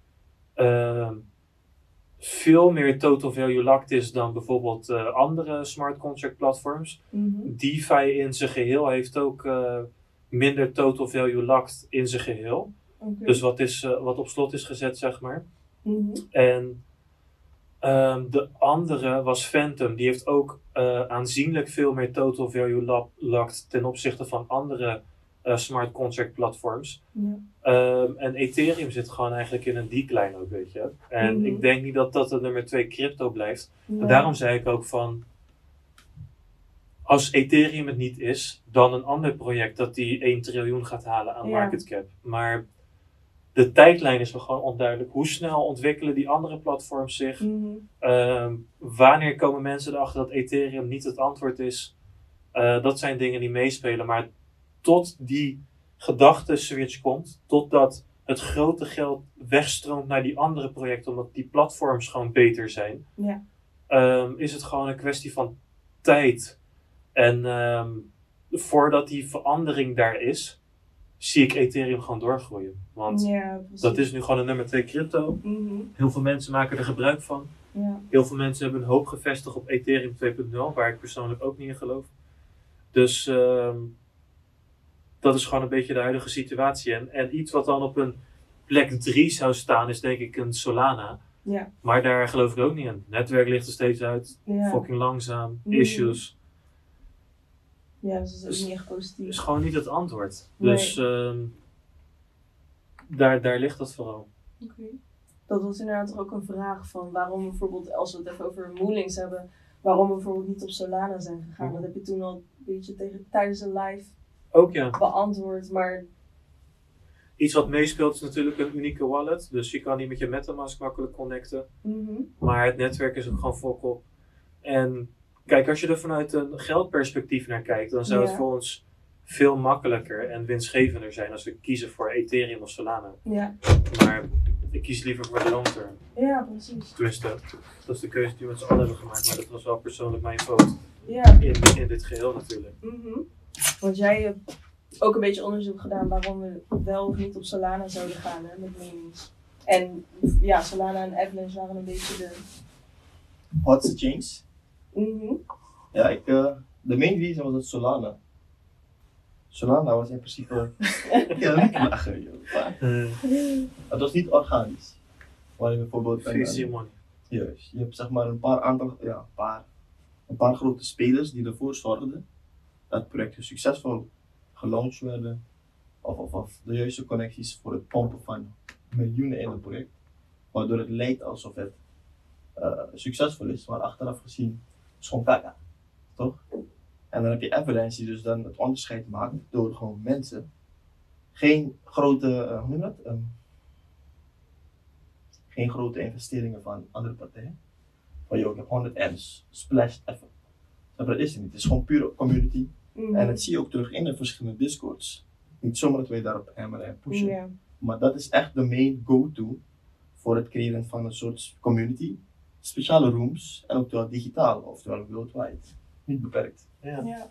veel meer total value locked is dan bijvoorbeeld andere smart contract platforms. DeFi in zijn geheel heeft ook minder total value locked in zijn geheel. Dus wat op slot is gezet, zeg maar. En de andere was Phantom. Die heeft ook aanzienlijk veel meer total value locked ten opzichte van andere smart contract platforms. Ja. En Ethereum zit gewoon eigenlijk in een decline ook, weet je. En Mhm. ik denk niet dat dat de nummer 2 crypto blijft. Ja. En daarom zei ik ook van, als Ethereum het niet is, dan een ander project dat die 1 triljoen gaat halen aan Ja. market cap. Maar de tijdlijn is wel gewoon onduidelijk. Hoe snel ontwikkelen die andere platforms zich? Mhm. Wanneer komen mensen erachter dat Ethereum niet het antwoord is? Dat zijn dingen die meespelen. Maar tot die gedachteswitch komt, totdat het grote geld wegstroomt naar die andere projecten, omdat die platforms gewoon beter zijn, Ja. is het gewoon een kwestie van tijd. En voordat die verandering daar is, zie ik Ethereum gewoon doorgroeien. Want Ja, precies. dat is nu gewoon een nummer 2 crypto. Mhm. Heel veel mensen maken er gebruik van. Ja. Heel veel mensen hebben hun hoop gevestigd op Ethereum 2.0, waar ik persoonlijk ook niet in geloof. Dus dat is gewoon een beetje de huidige situatie. En iets wat dan op een plek 3 zou staan, is denk ik een Solana. Ja. Maar daar geloof ik ook niet in. Het netwerk ligt er steeds uit. Ja. Fucking langzaam. Mhm. Issues. Ja, dus dat is Dus- ook niet echt positief. Is gewoon niet het antwoord. Nee. Dus daar ligt dat vooral. Oké. Dat was inderdaad toch ook een vraag van waarom we bijvoorbeeld, als we het even over Moolings hebben, waarom we bijvoorbeeld niet op Solana zijn gegaan. Mhm. Dat heb je toen al een beetje tijdens een live Ook ja. beantwoord, maar Iets wat meespeelt is natuurlijk een unieke wallet. Dus je kan niet met je MetaMask makkelijk connecten. mhm. Maar het netwerk is ook gewoon fokol. En kijk, als je er vanuit een geldperspectief naar kijkt, dan zou het Ja. voor ons veel makkelijker en winstgevender zijn als we kiezen voor Ethereum of Solana. Ja. Maar ik kies liever voor de long term. Ja, precies. Tenminste, dat is de keuze die we met z'n allen hebben gemaakt. Maar dat was wel persoonlijk mijn vote Ja. in dit geheel natuurlijk. Mhm. Want jij hebt ook een beetje onderzoek gedaan waarom we wel of niet op Solana zouden gaan, hè, met memes. En ja, Solana en Avalanche waren een beetje de... Hotste chains. Mhm. Ja, de main reason was dat Solana. Solana was in principe ja, niet lachen, joh. Het was niet organisch. Maar je bijvoorbeeld VC money. juist, je hebt zeg maar een paar grote spelers die ervoor zorgden dat projecten succesvol gelaunched werden. Of de juiste connecties voor het pompen van miljoenen in het project. Waardoor het lijkt alsof het succesvol is, maar achteraf gezien is gewoon kaka. Toch? En dan heb je Avalanche die dus dan het onderscheid maakt door gewoon mensen geen grote, hoe noem je dat? Geen grote investeringen van andere partijen. Van joh, ik heb 100 M's, splashed even. Maar dat is het niet, het is gewoon pure community. Mhm. En dat zie je ook terug in de verschillende discords. Niet zomaar dat wij daarop hammeren en pushen. Ja. Maar dat is echt de main go-to voor het creëren van een soort community. Speciale rooms en ook wel digitaal, oftewel worldwide. Niet beperkt. Ja. Ja.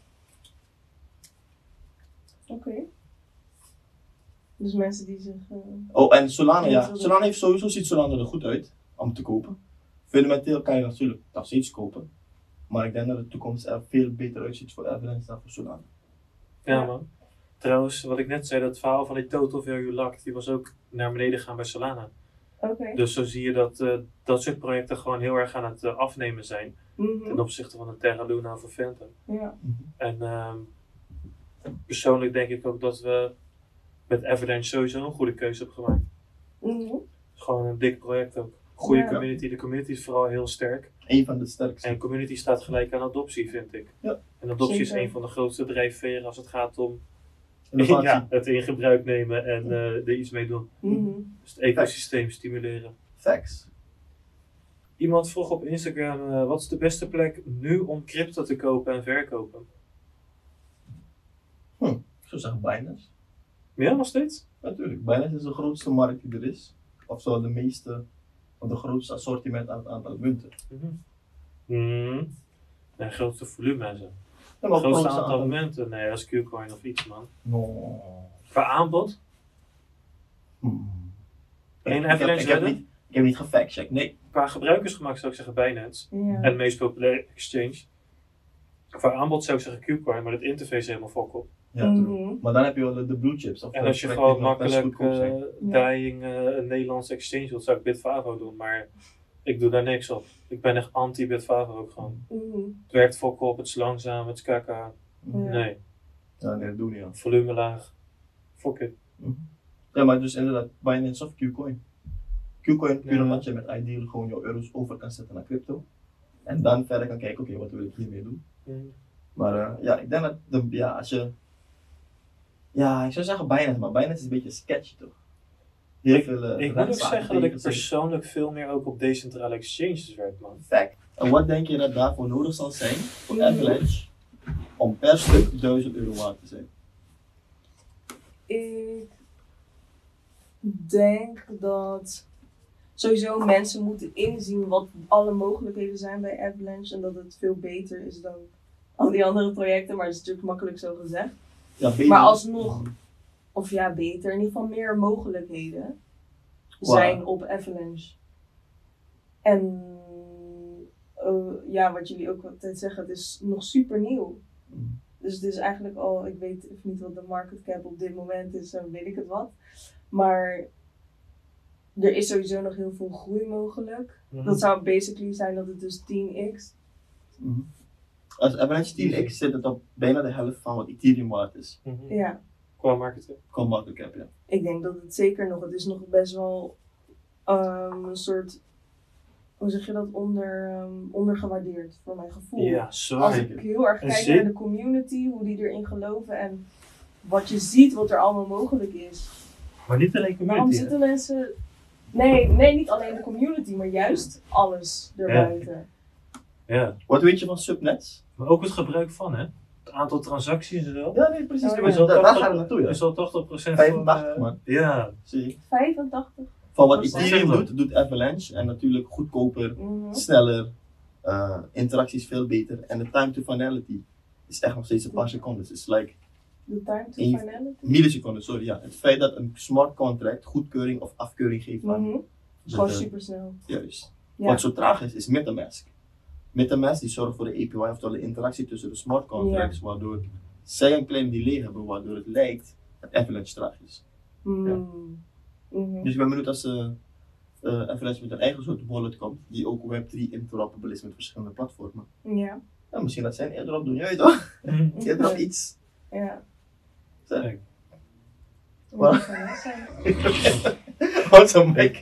Oké. Dus mensen die zich... Oh, en Solana, Ja, ja. dat- Solana heeft sowieso, ziet Solana er goed uit om te kopen. Fundamenteel kan je natuurlijk nog steeds kopen. Maar ik denk dat de toekomst er veel beter uitziet voor Avalanche dan voor Solana. Ja man. Trouwens, wat ik net zei, dat verhaal van die total value locked, die was ook naar beneden gaan bij Solana. Oké. Dus zo zie je dat dat soort projecten gewoon heel erg aan het afnemen zijn Mhm. ten opzichte van een Terra Luna of een Phantom. Ja. En persoonlijk denk ik ook dat we met Avalanche sowieso een goede keuze hebben gemaakt. Mhm. Het is gewoon een dik project ook. Goede Ja. community, de community is vooral heel sterk. Een van de sterkste. En community staat gelijk aan adoptie, vind ik. Ja. En adoptie Zeker. is een van de grootste drijfveren als het gaat om Innovatie. ja, het in gebruik nemen en er iets mee doen. Mhm. Dus het ecosysteem stimuleren. Facts. Iemand vroeg op Instagram, wat is de beste plek nu om crypto te kopen en verkopen? Ik zou zeggen Binance. Ja, nog steeds? Natuurlijk. Binance is de grootste markt die er is. Oftewel de meeste, of de grootste assortiment aan het aantal munten. Nee, grootste volume en zo. Ja, maar ook Grootste grootste aantal munten? Nee, dat is Qcoin of iets man. No. Qua aanbod? Eén Avalanche redden? Ik heb niet gefactcheckt, nee. Qua gebruikersgemak zou ik zeggen Binance. Ja. En de meest populaire exchange. Qua aanbod zou ik zeggen Qcoin, maar het interface is helemaal fok op. Ja, true. Mhm. Maar dan heb je wel de blue chips. Of En de als je projecten gewoon die nog best makkelijk goedkoop zijn. dying een Nederlandse exchange wilt, zou ik Bitfavo doen. Maar ik doe daar niks op. Ik ben echt anti-Bitfavo ook gewoon. Mhm. Het werkt fok op, het is langzaam, het is kaka. Ja. Nee, Ja, nee, dat doe je niet aan. volume laag. fuck it. Ja, maar dus inderdaad, Binance of Qcoin. Qcoin puur Ja. omdat je met Ideal gewoon jouw euro's over kan zetten naar crypto. En dan verder kan kijken, oké, wat wil ik hiermee doen? Maar ja, ik denk dat, als je... Ja, ik zou zeggen Binance, maar Binance is een beetje sketchy toch? Heel veel Ik moet ook zeggen dat ik persoonlijk veel meer ook op decentrale exchanges werk, man. Fact. En wat denk je dat daarvoor nodig zal zijn voor Avalanche om per stuk €1000 waard te zijn? Ik denk dat sowieso mensen moeten inzien wat alle mogelijkheden zijn bij Avalanche en dat het veel beter is dan al die andere projecten, maar dat is natuurlijk makkelijk zo gezegd. Ja, beter. Maar alsnog, of ja, beter, in ieder geval meer mogelijkheden zijn op Avalanche. En ja, wat jullie ook altijd zeggen, het is nog super nieuw. Dus het is eigenlijk al, ik weet even niet wat de market cap op dit moment is, en weet ik het wat. Maar er is sowieso nog heel veel groei mogelijk. Dat zou basically zijn dat het dus 10x. Als Avalanche 10x zit het op bijna de helft van wat Ethereum waard is. Ja. Qua market cap. Qua market cap, ja. Ik denk dat het zeker nog, het is nog best wel een soort, hoe zeg je dat, ondergewaardeerd voor mijn gevoel. Ja, Als zwaar. ik heel erg En kijk zeker- naar de community, hoe die erin geloven en wat je ziet, wat er allemaal mogelijk is. Maar niet alleen Waarom community. hè? zitten mensen... Nee, niet alleen de community, maar juist alles erbuiten. Ja. Wat weet je van subnets? Maar ook het gebruik van, hè? Het aantal transacties en zo. Ja, nee, precies. Oh, ja. Maar daar gaan we naartoe, ja. Is al 80% 85, man. Ja. Zie je? 85. Van wat Procent. Ethereum doet Avalanche. En natuurlijk goedkoper, sneller, interacties veel beter. En de time to finality is echt nog steeds een paar seconden. Het is like De time to Eén- finality. milliseconden, sorry. Ja. Het feit dat een smart contract goedkeuring of afkeuring geeft aan Mhm. de- Gewoon super snel. Juist. Ja. Wat zo traag is MetaMask. MetaMask die zorgt voor de API, oftewel de interactie tussen de smart contracts, waardoor zij een klein delay hebben, waardoor het lijkt dat Avalanche traag is. Mhm. Dus ik ben benieuwd als Avalanche met een eigen soort wallet komt, die ook Web3 interoperable is met verschillende platformen. Ja. Ja, misschien dat zij een airdrop doen, je weet toch? Airdrop iets. Ja. Zo. Kijk. Wat? Dat zou wel zijn. Wat zo'n mic.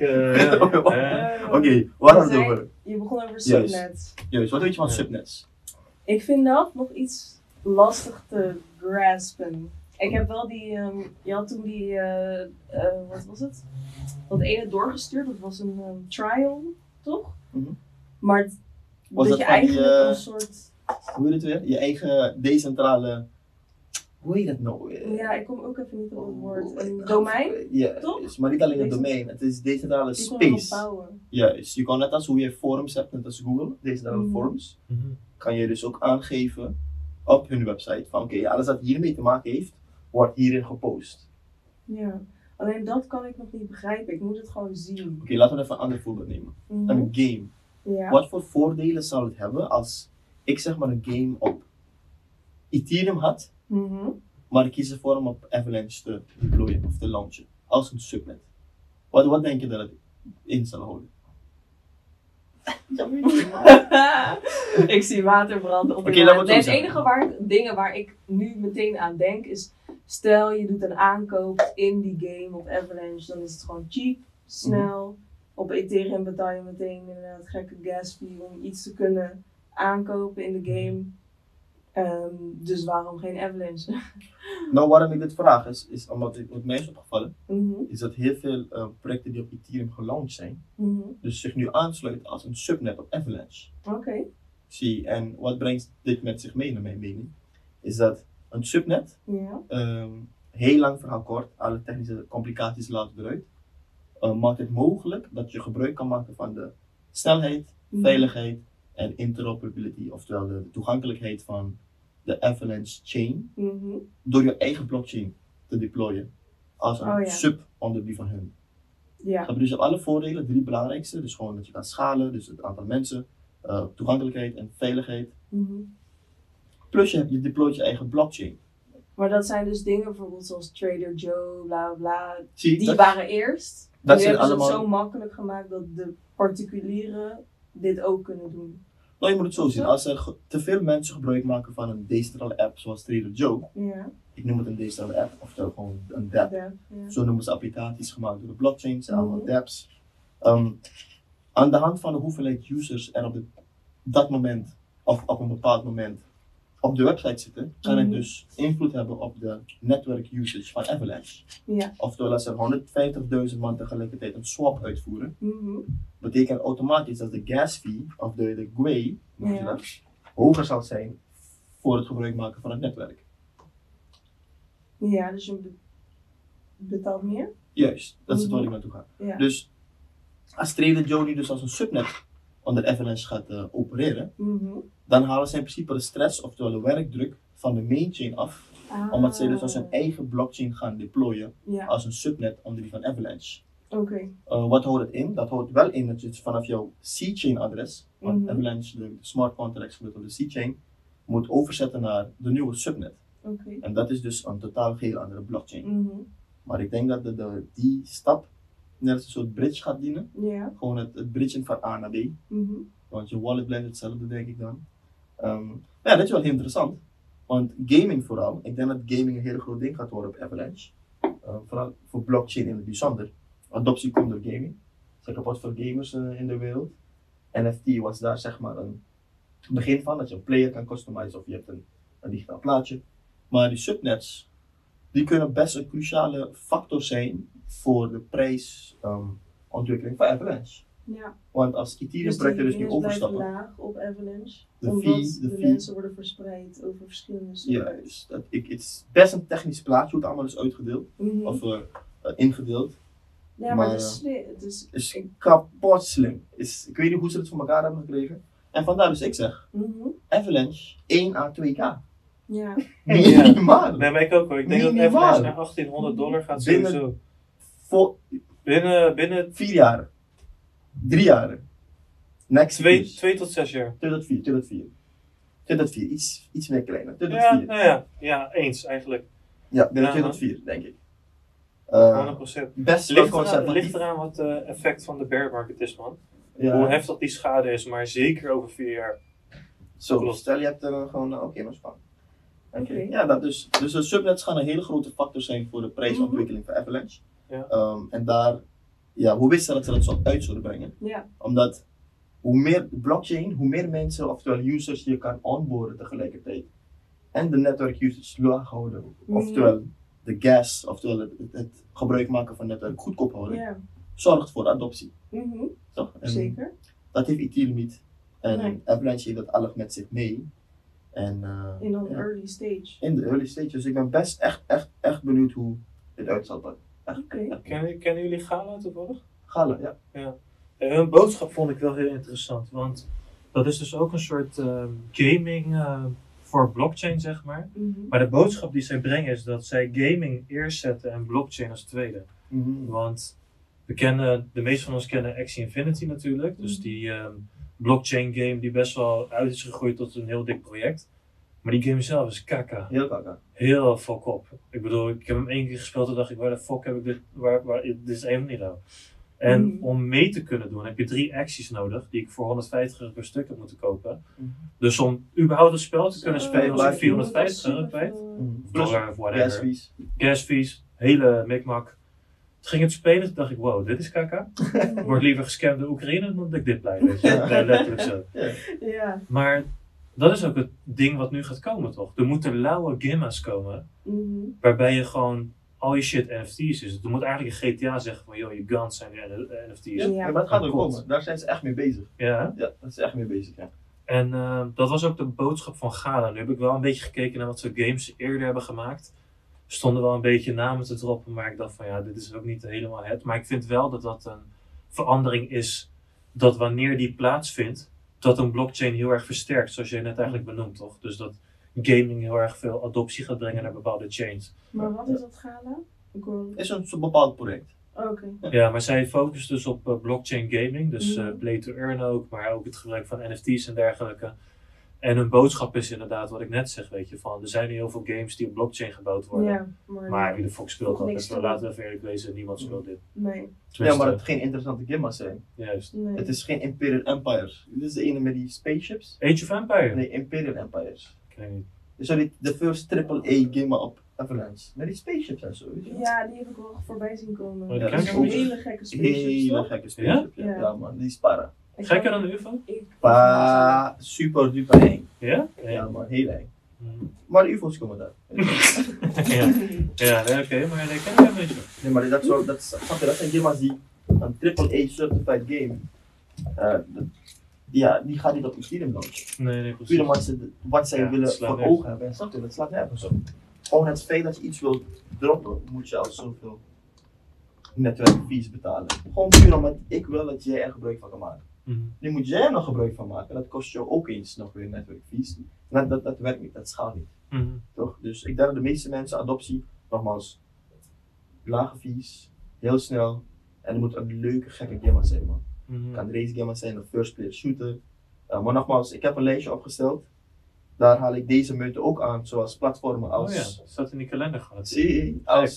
Oké, waar hadden we het over? Je begon over Juist. subnets. Juist, wat weet je van Ja. subnets? Ik vind dat nog iets lastig te graspen. Ik heb wel die, je had toen die, wat was het? Dat ene doorgestuurd, dat was een trial, toch? Mhm. Maar Was dat dat je van die, eigenlijk een soort, Hoe heet het weer? Je eigen decentrale. Hoe heet dat nou? ja, ik kom ook even niet op het woord, een domein? Ja, toch? is maar niet alleen een Decent- domein, het is decentrale Die kon je nog space. bouwen. Juist, je kan net als hoe je forums hebt, net als Google, decentrale Mhm. forums, kan je dus ook aangeven op hun website van oké, alles wat hiermee te maken heeft, wordt hierin gepost. Ja, alleen dat kan ik nog niet begrijpen. Ik moet het gewoon zien. Oké, laten we even een ander voorbeeld nemen. Mhm. Een game. Ja. Wat voor voordelen zou het hebben als ik zeg maar een game op Ethereum had, Mhm. maar ik kies ervoor om op Avalanche te deployen of te launchen, als een subnet. Wat denk je dat het in zal houden? Ik zie waterbrand op de Oké, laat me het zo Het zeggen. enige dingen waar ik nu meteen aan denk is, stel je doet een aankoop in die game op Avalanche, dan is het gewoon cheap, snel. Op Ethereum betaal je meteen inderdaad gekke gas fee om iets te kunnen aankopen in de game. Dus waarom geen Avalanche? Nou, waarom ik dit vraag is omdat wat mij is opgevallen, Mhm, is dat heel veel projecten die op Ethereum gelaunched zijn, mhm. dus zich nu aansluiten als een subnet op Avalanche. Oké, Zie, en wat brengt dit met zich mee, naar mijn mening, is dat een subnet, ja. heel lang verhaal kort, alle technische complicaties laten eruit, maakt het mogelijk dat je gebruik kan maken van de snelheid, Mhm. veiligheid en interoperability, oftewel de toegankelijkheid van de Avalanche chain, Mhm. door je eigen blockchain te deployen als een Oh ja. sub onder die van hun. Ja. Dus je hebt alle voordelen, 3 belangrijkste, dus gewoon dat je kan schalen, dus het aantal mensen, toegankelijkheid en veiligheid. Mhm. Plus je deployt je eigen blockchain. Maar dat zijn dus dingen bijvoorbeeld zoals Trader Joe, bla bla. Zie je, Die dat, waren eerst. dat Nu zijn hebben ze allemaal. het zo makkelijk gemaakt dat de particulieren dit ook kunnen doen. Nou, je moet het zo zien. Zo? Als er te veel mensen gebruik maken van een decentrale app zoals Trader Joe, Ja. ik noem het een decentrale app, oftewel gewoon een dApp. Ja. Zo noemen ze applicaties gemaakt door de blockchains en allemaal Mhm. dApps. Aan de hand van de hoeveelheid users er op dat moment, of op een bepaald moment, op de website zitten, kan het Mhm. dus invloed hebben op de network usage van Avalanche. Ja. Oftewel, als er 150.000 man tegelijkertijd een swap uitvoeren, Mhm. betekent automatisch dat de gas fee, of de GUI, noem je Ja. dat, hoger zal zijn voor het gebruik maken van het netwerk. Ja, dus je betaalt meer? Juist, dat is het waar Mhm. ik naartoe ga. Ja. Dus als Trader Joe nu dus als een subnet onder Avalanche gaat opereren, Mhm. dan halen ze in principe de stress, oftewel de werkdruk van de main chain af, omdat zij dus als hun eigen blockchain gaan deployen Ja, als een subnet onder die van Avalanche. oké. Wat houdt het in? Dat houdt wel in dat je het vanaf jouw C-chain adres, want Mhm. Avalanche, de smart contracts gebeurt op de C-chain, moet overzetten naar de nieuwe subnet. Oké. En dat is dus een totaal heel andere blockchain. Mhm. Maar ik denk dat die stap net als een soort bridge gaat dienen. Ja. Gewoon het bridgen van A naar B. Mhm. Want je wallet blijft hetzelfde, denk ik dan. Ja, dat is wel heel interessant. Want gaming vooral, ik denk dat gaming een heel groot ding gaat worden op Avalanche. Vooral voor blockchain in het bijzonder. Adoptie komt door gaming. Zeker wat voor gamers in de wereld. NFT was daar zeg maar een begin van, dat je een player kan customizen of je hebt een digitaal plaatje. Maar die subnets, die kunnen best een cruciale factor zijn voor de prijsontwikkeling van Avalanche. Ja. Want als Ethereum Dus projecten dus nu dingen blijven overstappen, laag op Avalanche. De omdat fee- de de fee- mensen worden verspreid over verschillende servers. juist, het is best een technisch plaatje hoe het allemaal is uitgedeeld, Mhm. of ingedeeld. Ja, maar maar, het is slim. Het is... Is kapot slim. Ik weet niet hoe ze het voor elkaar hebben gekregen. En vandaar dus ik zeg, Mhm. Avalanche 1 à 2k. Ja. Minimaal. Nee, maar ik ook hoor. Ik denk dat Minimaal. Avalanche naar $1800 gaat Binnen- sowieso. Voor Binnen 4 jaar. 3 jaar. Next 2 tot 6 jaar. 2004. Iets meer kleiner. Ja, 2004. nou ja, ja, eens eigenlijk. Ja, binnen Ja. 2004 denk ik. 100%. Best Het wel ligt conservatief. eraan wat het effect van de bear market is, man. Ja. Hoe heftig die schade is, maar zeker over 4 jaar. Zo, Klopt. stel je hebt er gewoon, oké, nog spannend. Oké. Oké. Ja, dat dus de subnets gaan een hele grote factor zijn voor de prijsontwikkeling van Avalanche. Ja. En daar, ja, we wisten dat ze dat zo uit zouden brengen. Ja. Omdat hoe meer blockchain, hoe meer mensen, oftewel users, je kan onboarden tegelijkertijd. En de network usage laag houden. Mhm. Oftewel de gas, oftewel het gebruik maken van netwerk goedkoop houden. Ja. Zorgt voor adoptie. Mhm. Toch? En Zeker. dat heeft Ethereum niet. En Nee. Avalanche heeft dat alles met zich mee. En, In een ja, early stage. in de early stage. Dus ik ben best echt benieuwd hoe dit uit zal pakken. Oké. Kennen jullie Gala toevallig? Galen, ja. Hun boodschap vond ik wel heel interessant, want dat is dus ook een soort gaming voor blockchain, zeg maar. Mhm. Maar de boodschap die zij brengen is dat zij gaming eerst zetten en blockchain als tweede. Mhm. Want de meeste van ons kennen Axie Infinity natuurlijk, dus Mhm. die blockchain game die best wel uit is gegroeid tot een heel dik project. Maar die game zelf is kaka. Heel kaka. Heel fuck op. Ik bedoel, ik heb hem 1 keer gespeeld en dacht ik, waar de fuck heb ik dit, dit is even niet nou. En Mhm. om mee te kunnen doen heb je 3 acties nodig, die ik voor 150 per stuk heb moeten kopen. Mhm. Dus om überhaupt het spel te kunnen Zo, spelen was ik dat 450 euro superveel. kwijt. Mhm. Dollar of whatever. Gasfees. Gas fees, hele mikmak. Toen ging het spelen, toen dacht ik, wow, dit is kaka. Ik word liever gescamd door Oekraïne dan dat ik dit blijf, weet je. Ja. Nee, letterlijk zo. Ja. Maar dat is ook het ding wat nu gaat komen, toch? Er moeten lauwe gimma's komen, Mhm. waarbij je gewoon al je shit NFT's is. Er moet eigenlijk een GTA zeggen van, joh, je guns zijn de NFT's. Ja, Ja. maar het gaat er Klopt. komen. Daar zijn ze echt mee bezig. Ja, hè? Ja, daar zijn ze echt mee bezig, ja. En dat was ook de boodschap van Gala. Nu heb ik wel een beetje gekeken naar wat ze games ze eerder hebben gemaakt. Er stonden wel een beetje namen te droppen, maar ik dacht van ja, dit is ook niet helemaal het. Maar ik vind wel dat dat een verandering is, dat wanneer die plaatsvindt, dat een blockchain heel erg versterkt, zoals jij net eigenlijk benoemt, toch? Dus dat gaming heel erg veel adoptie gaat brengen naar bepaalde chains. Maar wat is dat Gala? Ik hoor... Is een soort bepaald project. Oh, oké. Ja, maar zij focust dus op blockchain gaming, dus Mhm. play to earn ook, maar ook het gebruik van NFT's en dergelijke. En hun boodschap is inderdaad wat ik net zeg, weet je, van er zijn nu heel veel games die op blockchain gebouwd worden. Ja, Maar wie de fuck speelt dat? niks Dus laten we even eerlijk wezen, niemand speelt dit. Nee. Ja, maar het geen interessante gimma's zijn. Juist. Nee. Het is geen Imperial Empires. Dit is de ene met die spaceships. Age of Empire? Nee, Imperial Empires. Ik weet niet. Dus de first AAA game op Avalanche. Met die spaceships en zo. Weet je? Ja, die heb ik wel voorbij zien komen. Maar Ja, die dat ken is ik ook niet. Hele gekke spaceships, Hele toch? gekke spaceships. Ja? Ja. Ja man, die is para. Gekker dan de UFO? Super duper eng. Ja? Ja man, heel eng. Mm. Maar de UFO's komen daar. Ja, ja nee, oké, maar dat ken ik een beetje. Nee, maar dat zijn games die een AAA certified game. Die gaat niet op Ethereum launchen. Nee, Puur precies. omdat wat zij Ja, willen het slaat voor nergens. ogen hebben. En snap je, dat slaat nergens op. Gewoon het feit dat je iets wilt droppen, moet je al zoveel netwerkfees betalen. Gewoon puur omdat ik wil dat jij er gebruik van kan maken. Mhm. Nu moet jij er nog gebruik van maken, dat kost jou ook eens nog weer netwerkfees. Dat werkt niet, dat schaalt niet. Mhm. Toch? Dus ik denk dat de meeste mensen adoptie, nogmaals, lage fees, heel snel. En het moet een leuke, gekke game zijn, man. Mhm. Het kan een race game zijn, een first player shooter. Maar nogmaals, ik heb een lijstje opgesteld. Daar haal ik deze munten ook aan, zoals platformen Oh ja, als dat staat in die kalender gewoon. CE,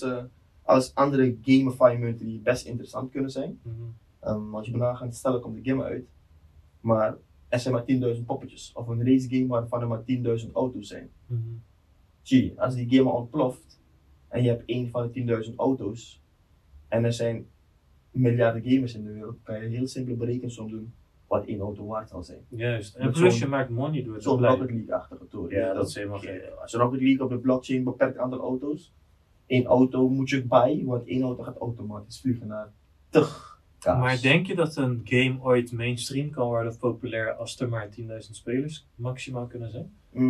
als andere gamify munten die best interessant kunnen zijn. Mhm. Als je moet nagaan, stel ik komt de game uit. Maar er zijn maar 10.000 poppetjes. Of een race game waarvan er maar 10.000 auto's zijn. Mhm. Zie, als die game ontploft en je hebt één van de 10.000 auto's en er zijn miljarden gamers in de wereld, kan je een heel simpele berekensom doen wat één auto waard zal zijn. Juist. En Met plus zo'n- je maakt money door het te Zo'n blijven. Rocket League-achtige toren. Ja, dat is helemaal gek. Als je Rocket League op de blockchain beperkt aantal auto's, één auto moet je bij, want één auto gaat automatisch vliegen naar kaas. Maar denk je dat een game ooit mainstream kan worden of populair als er maar 10.000 spelers maximaal kunnen zijn?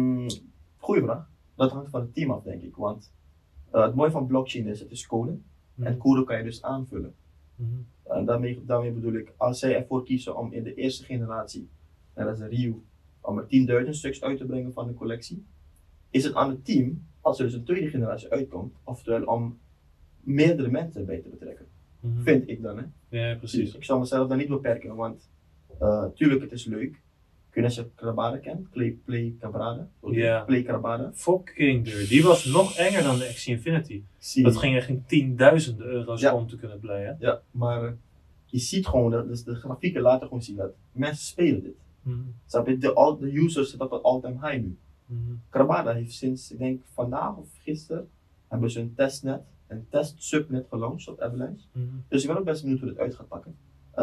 Goeie vraag. Dat hangt van het team af, denk ik. Want het mooie van blockchain is, het is code. En code kan je dus aanvullen. Mhm. En daarmee bedoel ik, als zij ervoor kiezen om in de eerste generatie, net als een Ryu, om er 10.000 stuks uit te brengen van de collectie, is het aan het team, als er dus een tweede generatie uitkomt, oftewel om meerdere mensen bij te betrekken. Mhm. Vind ik dan, hè. Ja, precies. Ik zal mezelf daar niet beperken, want tuurlijk, het is leuk. Kun je als je Krabada kent? Play Krabada? Ja. Play Krabada. Fucking duur. Die was nog enger dan de Axie Infinity. Zie Dat je. ging echt in tienduizenden euro's Ja. om te kunnen playen. Ja, maar je ziet gewoon, dus de grafieken laten gewoon zien dat mensen spelen dit. Mhm. Snap je? De users zitten op een all-time high nu. Mhm. Krabada heeft sinds, ik denk vandaag of gisteren, hebben ze een test subnet gelanceerd op Avalanche. Mhm. Dus ik ben ook best benieuwd hoe dit uit gaat pakken.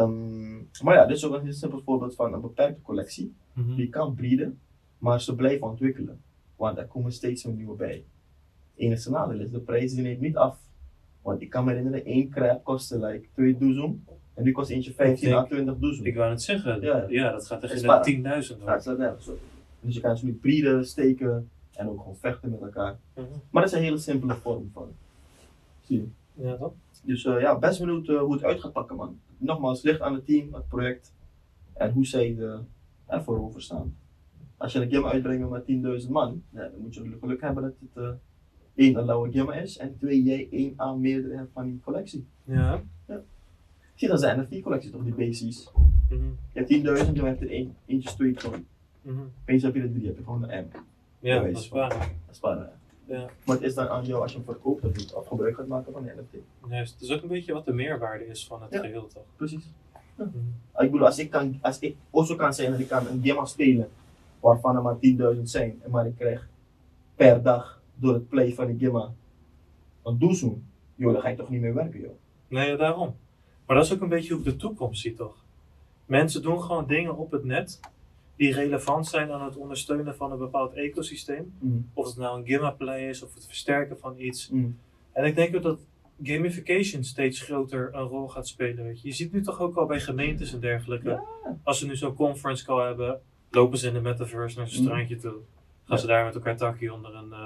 Maar ja, dit is ook een heel simpel voorbeeld van een beperkte collectie. Mhm. Die kan breeden, maar ze blijven ontwikkelen. Want er komen steeds meer nieuwe bij. Het enige nadeel is, de prijs neemt niet af. Want ik kan me herinneren, één crab kostte like 2000 en nu kost eentje 15 à 20.000. Ik wou net zeggen, Ja. ja, dat gaat echt Het in is de 10.000 Ja, hoor. het staat nergens op. Dus je kan ze nu breeden, steken en ook gewoon vechten met elkaar. Mhm. Maar dat is een hele simpele vorm van. Zie je. Ja, toch? Dus ja, best benieuwd hoe het uit gaat pakken, man. Nogmaals, ligt aan het team, het project en hoe zij er voorover staan. Als je een game uitbrengt met 10.000 man, ja, dan moet je geluk hebben dat het één een lauwe game is en twee, jij één aan meerdere hebt van die collectie. Ja. Zie, dat zijn NFT-collecties toch, die basics. Mhm. Je hebt 10.000, dan heb je er eentje twee ton. Mhm. Opeens heb je er drie, heb je gewoon een M. Ja, Bewijs dat is van. waar. Dat is waar, hè. Ja. Maar het is dan aan jou als je hem verkoopt of niet, of gebruik gaat maken van de NFT. Juist. Het is ook een beetje wat de meerwaarde is van het Ja. geheel, toch? Precies. Mhm. Ik bedoel, als ik ook zo kan zijn dat ik kan een game spelen waarvan er maar 10.000 zijn, maar ik krijg per dag door het play van die game een doelzoen, joh, dan ga je toch niet meer werken, joh. Nee, ja, daarom. Maar dat is ook een beetje hoe ik de toekomst zie, toch? Mensen doen gewoon dingen op het net die relevant zijn aan het ondersteunen van een bepaald ecosysteem. Of het nou een gimma-play is of het versterken van iets. En ik denk ook dat gamification steeds groter een rol gaat spelen. Weet je. Je ziet nu toch ook al bij gemeentes en dergelijke. Ja. Als ze nu zo'n conference call hebben, lopen ze in de metaverse naar zo'n strandje toe. Gaan ze daar met elkaar takkie onder een,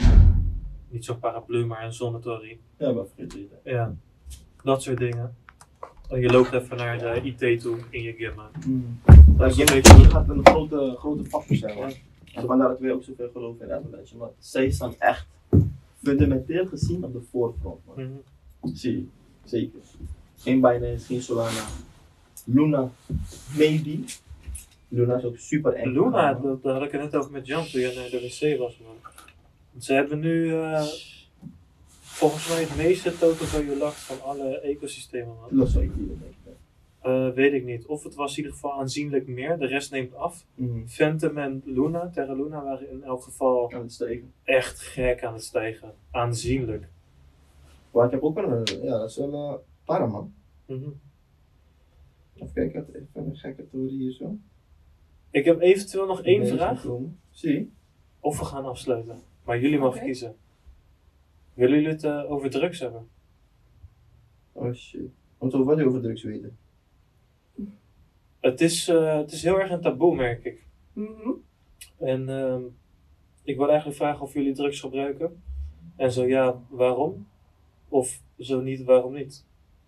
niet zo'n paraplu, maar een zonnetorrie. Ja, maar vergeet je het. Ja, dat soort dingen. En je loopt even naar de IT toe in je gimma. Dat is een game beetje- gaat een grote factor zijn, man. En vandaar dat wij ook zoveel geloven in Avalanche, want zij staan echt fundamenteel gezien op de voorgrond, man. Mhm. Zie je, zeker. Geen Binance, geen Solana. Luna, maybe. Luna is ook super eng. Luna, daar had ik het net over met Jan toen je naar de wc was, man. Want ze hebben nu volgens mij het meeste total value last van alle ecosystemen, man. Dat zou ik niet denken. Weet ik niet. Of het was in ieder geval aanzienlijk meer, de rest neemt af. Phantom en Luna, Terra Luna, waren in elk geval Aan het stijgen. echt gek aan het stijgen. Aanzienlijk. Maar ik heb ook wel ja, dat is wel para, man. Mhm. Even kijken, ik had even een gekke theorie hier zo. Ik heb eventueel nog één vraag. Zie. Of we gaan afsluiten. Maar jullie mogen kiezen. Willen jullie het over drugs hebben? Oh shit. Want wat wil je over drugs weten? Het is heel erg een taboe, merk ik. Mhm. En ik wil eigenlijk vragen of jullie drugs gebruiken. En zo ja, waarom? Of zo niet, waarom niet?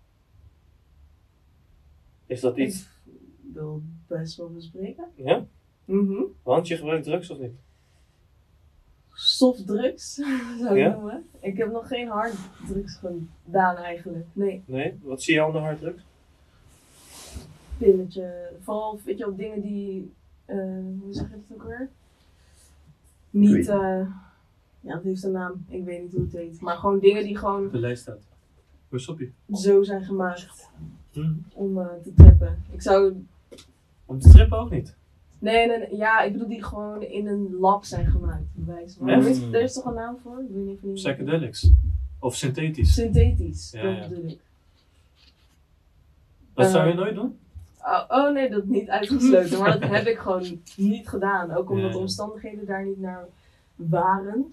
Is dat iets? Ik wil best wel bespreken. Ja? Mhm. Want je gebruikt drugs of niet? Softdrugs, zou ik Ja? noemen. Ik heb nog geen harddrugs gedaan eigenlijk. Nee, Nee? Wat zie je onder harddrugs? pilletje. Vooral, weet je wel, dingen die, hoe zeg je dat ook weer? Niet, ja, het heeft een naam. Ik weet niet hoe het heet. Maar gewoon dingen die gewoon De lijst staat. Hoe stop je? zo zijn gemaakt om te trippen. Ik zou, Om te trippen ook niet. nee, ja, ik bedoel die gewoon in een lab zijn gemaakt. Bewijs van. Echt? Er is toch een naam voor? Ik weet niet of niet. Psychedelics. Of synthetisch. Synthetisch, Ja, dat ja. bedoel ik. Dat zou je nooit doen? Oh nee, dat niet uitgesloten, maar dat heb ik gewoon niet gedaan. Ook omdat Ja, de ja. omstandigheden daar niet naar waren.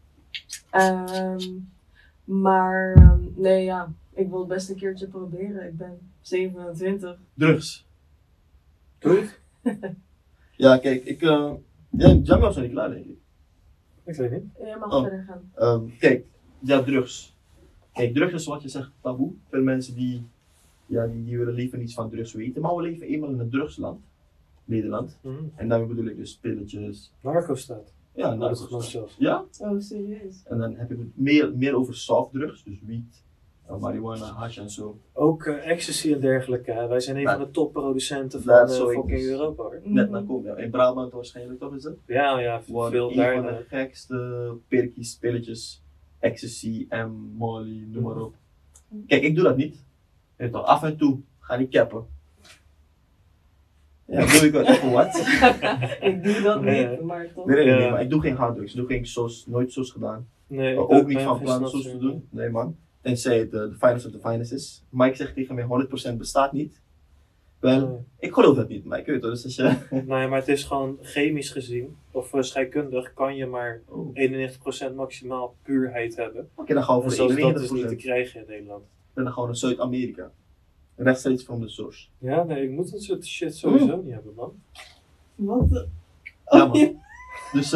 Nee ja, ik wil het best een keertje proberen. Ik ben 27. Drugs. Doe je het? Ja, kijk, Jamie was nog niet klaar, denk ik. Ik weet niet. Jij mag Oh. verder gaan. Kijk, ja, drugs. Kijk, drugs is wat je zegt taboe. Veel mensen die willen liever niets van drugs weten. Maar we leven eenmaal in een drugsland. Nederland. En daarmee bedoel ik dus pilletjes. Narco staat. Ja, Dat is narcos. gewoon zelfs. Ja? Oh, serieus? En dan heb ik het meer over softdrugs. Dus wiet, marijuana, hash en zo. Ook ecstasy en dergelijke. Hè. Wij zijn een van de topproducenten Dat van zou ik fucking dus- Europa, hoor. Net naar komen. Ja. In Brabant waarschijnlijk, toch is het? Ja, Waar veel een daar. van de gekste perkies, pilletjes, ecstasy, Molly, noem maar op. Kijk, ik doe dat niet. Weet je toch, af en toe ga ik cappen. Ja, doe ik wel even wat. Ik doe dat Nee. niet, maar toch. Nee, Ja. maar ik doe geen harddrugs. Ik doe geen sos, nooit sos gedaan. Nee, ik Ook doe niet van geen plan snaps sos te meer. doen. Nee man. Tenzij het de finest of the finest is. Mike zegt tegen mij 100% bestaat niet. Wel, Nee. ik geloof dat niet, Mike. Weet je, dus als je... Nee, maar het is gewoon chemisch gezien, of scheikundig, kan je maar Oh. 91% maximaal puurheid hebben. Oké, dan gaan we En voor zelfs dat is 91%. niet te krijgen in Nederland. En dan gewoon naar Zuid-Amerika. Rechtstreeks van de source. Ja, nee, ik moet dat soort shit sowieso niet hebben, man. Wat? Ja, man. Dus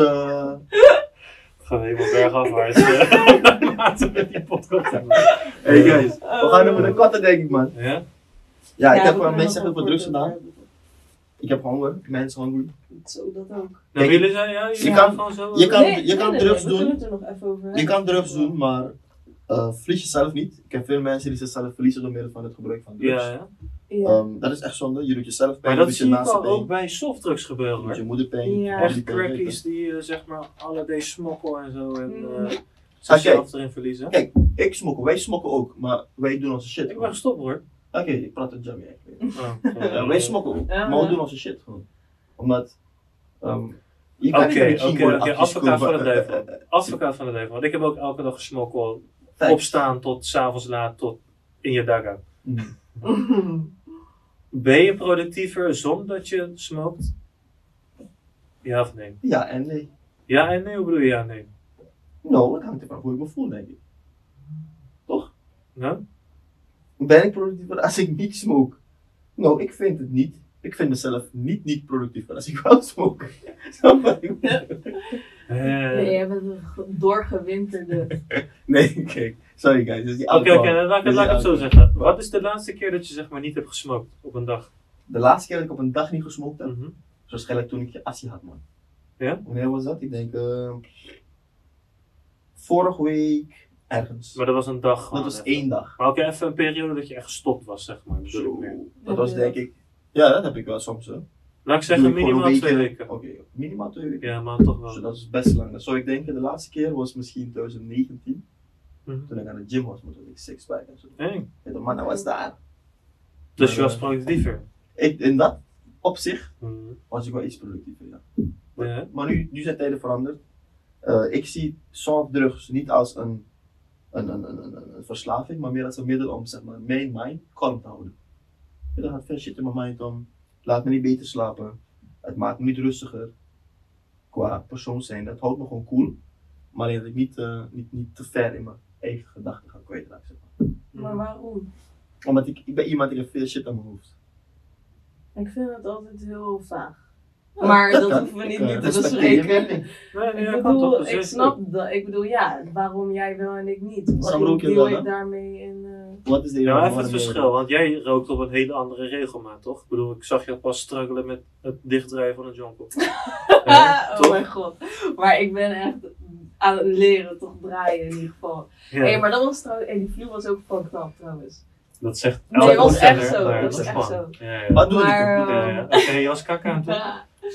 Gaan we helemaal bergafwaarts. Laten we die podcast hebben. hey guys, we gaan nu met de katten denk ik man. Ja? Ja, ik heb we kunnen mensen nog heel veel wel drugs kort gedaan. over hebben. Ik heb honger, mensen hungry. Zo, dat ook. Nou, Kijk, jullie zijn, ja, jullie je gaan kan- gewoon zo... je kan- Nee, drugs we doen. kunnen het er nog even over hebben. Je kan drugs doen, maar verlies jezelf niet. Ik heb veel mensen die zichzelf verliezen door middel van het gebruik van drugs. Ja, ja. Ja. Dat is echt zonde. Je doet jezelf pijn, Maar je dat doet je zie ik naasten al pijn, ook bij softdrugs je gebeuren, doet je hoor. moeder pijn. Ja. je Echt familie pijn, crackies die zeg maar alle deze smokkel en zo en Mhm. zichzelf erin verliezen. Kijk, ik smokkel, wij smokken ook, maar wij doen onze shit Ik ben gewoon. gestopt, hoor. Oké, ik praat met Jamie eigenlijk. Oh, Ja, wij smokken ook, Ja. maar we doen onze shit gewoon. Omdat, je kan niet Oké, met je keyboard achter je advocaat van de komen. duivel. Advocaat van de duivel. Want ik heb ook elke dag gesmokkeld. Thanks. Opstaan tot 's avonds laat, tot in je dugout. Mm. Ben je productiever zonder dat je smokt? Ja of nee? Ja en nee. Ja en nee, hoe bedoel je ja en nee? Nou, het hangt ervan af hoe ik me voel, denk ik. Toch? Nou? Ben ik productiever als ik niet smoke? Nou, ik vind het niet. Ik vind mezelf niet productiever als ik wel smoke. Snap wat ik bedoel? Nee, jij bent een doorgewinterde. Nee, kijk. Sorry guys. Dus die Oké, alcohol. dan laat ik Dus het die zo alcohol. zeggen. Wat is de laatste keer dat je zeg maar niet hebt gesmokt op een dag? De laatste keer dat ik op een dag niet gesmokt heb, Mhm. was waarschijnlijk toen ik je assie had, man. Ja? Wanneer was dat? Ik denk vorige week ergens. Maar dat was een dag Dat gewoon. was even. 1 dag. Maar ook even een periode dat je echt gestopt was, zeg maar. Bedoel ik meer. Dat was denk ik. Ja, dat heb ik wel soms. Hè. Laat ik zeggen doe ik gewoon minimaal een 2 weken. Oké, minimaal 2 weken. Ja, maar toch wel. Dus dat is best lang. Dat zou ik denken, de laatste keer was misschien 2019. Toen ik aan de gym was, maar toen had ik sixpack en zo. Hey. Ja, man, dat was daar. Dus je was productiever. In dat opzicht Mhm. was ik wel iets productiever, ja. Ja. Maar nu zijn tijden veranderd. Ik zie softdrugs niet als een verslaving, maar meer als een middel om zeg maar, mijn mind kalm te houden. Er gaat veel shit in mijn mind om. Laat me niet beter slapen. Het maakt me niet rustiger. Qua persoon zijn. Dat houdt me gewoon cool. Maar alleen dat ik niet te ver in mijn eigen gedachten ga kwijtraken. Zeg maar. Maar waarom? Omdat ik ben iemand die heeft veel shit aan mijn hoofd. Ik vind het altijd heel vaag. Maar dat kan. hoeven we niet Ik, nu te respecteer je bespreken. mening. Nee, Ik kan toch, bedoel, dat is ik echt snap leuk. dat. Ik bedoel, ja, waarom jij wel en ik niet? Waarom rook je Misschien wel, deel hè? ik daarmee in... Wat is de Ja, maar even waarom het je- verschil, want jij rookt op een hele andere regelmaat, toch? Ik bedoel, ik zag je pas struggelen met het dichtdraaien van een jonko. oh toch? mijn god. Maar ik ben echt aan het leren toch draaien in ieder geval. Ja, Hé, maar dat was trouwens... die vloer was ook van knap trouwens. dat zegt Nee, elke dat was echt ontzetter, zo, maar dat was is echt gewoon- zo. Ja, ja. Wat doe ik? Maar... Ja, ja. Oké, je was kak aan het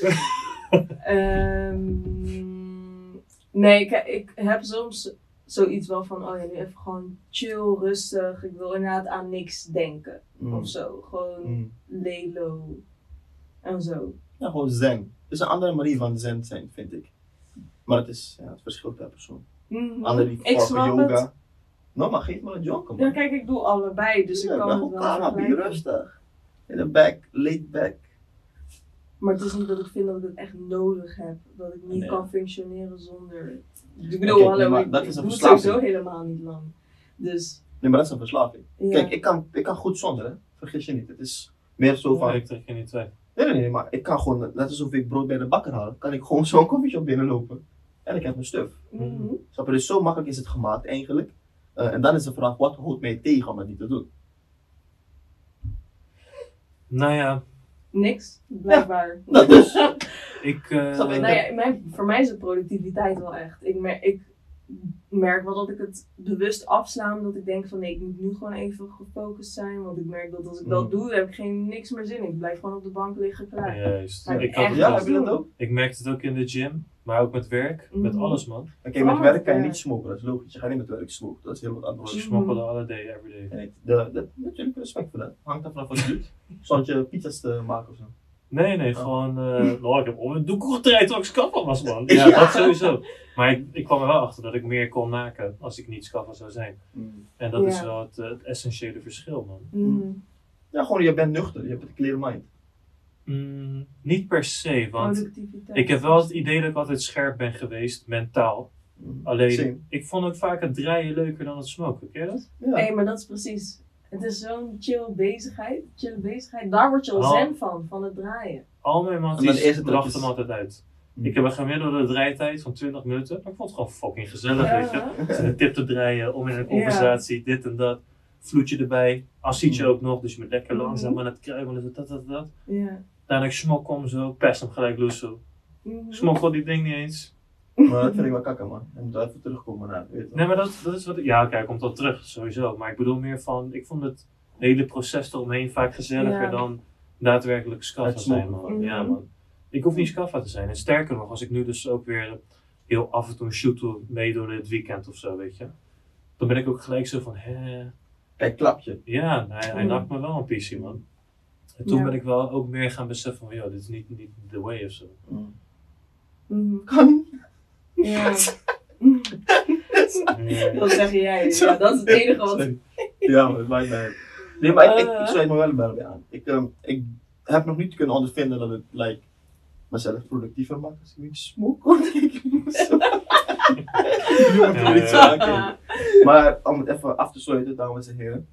Nee, ik heb soms zoiets wel van, oh ja, nu even gewoon chill, rustig. Ik wil inderdaad aan niks denken of zo. Gewoon lay low en zo. Ja, gewoon zen. Het is een andere manier van zen zijn, vind ik. Maar het verschilt per persoon. Anderen die Ik volgen snap yoga. het. Nou, maar geef me een jonko, man. Ja, kijk, ik doe allebei, dus ik Ja, kan ben het gewoon wel kalm, be vergelijken. rustig. In de back, laid back. Maar het is niet dat ik vind dat ik het echt nodig heb. Dat ik niet Nee. kan functioneren zonder... Ik bedoel, Kijk, hallo, nee, maar ik dat is een doe het verslaving. sowieso helemaal niet lang. Dus, Nee, maar dat is een verslaving. ja. Kijk, ik kan goed zonder, hè. Vergis je niet. Het is meer zo van... Ja, ik trek je niet weg. Nee, maar ik kan gewoon, net alsof ik brood bij de bakker haal, kan ik gewoon zo'n koffieshop binnenlopen. En ik heb mijn stuf. Mhm. Snap je? Dus zo makkelijk is het gemaakt eigenlijk. En dan is de vraag, wat houdt mij tegen om het niet te doen? Nou ja, Niks, blijkbaar. Dat is. ik... Snap je? Nou ja, voor mij is de productiviteit wel echt. Ik merk wel dat ik het bewust afsla, omdat ik denk van nee, ik moet nu gewoon even gefocust zijn. Want ik merk dat als ik dat doe, heb ik niks meer zin in. Ik blijf gewoon op de bank liggen klaar. Juist. Maar Ik, had echt het Ja, ook. heb je dat ook? Ik merkte het ook in de gym, maar ook met werk, met Mhm. alles man. Oké, met werk kan je Ja. niet smoken, dat is logisch. Je gaat niet met werk smoken, dat is heel wat Ik anders. smokkelde alle day, every day. En natuurlijk respect voor dat. Hangt er vanaf wat je doet. Stond je pizza's te maken of zo? Nee, Oh. gewoon, nou, ik heb om een doekoe gedraaid toen ik skaffa was man. Ja. Ja, dat sowieso. Maar ik kwam er wel achter dat ik meer kon maken als ik niet skaffa zou zijn. En dat is Ja. wel het essentiële verschil man. Mhm. Ja, gewoon je bent nuchter, je hebt een clear mind. Niet per se, want Productiviteit. ik heb wel het idee dat ik altijd scherp ben geweest, mentaal. Alleen, Same. ik vond ook vaak het draaien leuker dan het smoken, ken je dat? Ja. Nee, maar dat is precies. Het is zo'n chille bezigheid. Daar word je al Oh. zen van het draaien. Al mijn En dan de matties eerste lachten drukjes. me altijd uit. Mm. Ik heb een gemiddelde draaitijd van 20 minuten, maar ik vond het gewoon fucking gezellig, weet je. Ja. Een tip te draaien, om in een conversatie, dit en dat. Vloedje erbij, assietje ook nog, dus je moet lekker langzaam aan het kruimelen, dat. Ja. Daarna ik smokkel hem zo, pest hem gelijk los zo. Mhm. Smokkel die ding niet eens. Maar dat vind ik wel kakken, man. Je moet wel even terugkomen naar, weet je wel. Nee, maar dat is wat ik... Ja, oké, hij komt al terug, sowieso. Maar ik bedoel meer van, ik vond het hele proces eromheen vaak gezelliger Ja. dan daadwerkelijk scaffa Het zijn, smoken. man. Ja, Mhm. man. Ik hoef niet scaffa te zijn. En sterker nog, als ik nu dus ook weer heel af en toe een shoot wil meedoen in het weekend of zo, weet je. Dan ben ik ook gelijk zo van, Kijk, klapje. ja, hij Mhm. nakt me wel een PC, man. En toen Ja. ben ik wel ook meer gaan beseffen van, joh, dit is niet the way of zo. Mhm. Kan. Ja. Ja. Dat zeg jij. Ja, dat is het enige wat... Sorry. Ja, maar het maakt mij uit. Nee, maar ik sluit me wel bij aan. Ik heb nog niet kunnen ondervinden dat het mezelf productiever maakt als ik niet smoke. Hoor. Ik moet zo- Je moet er niet zo aankijken. Maar om het even af te sluiten, dames en heren.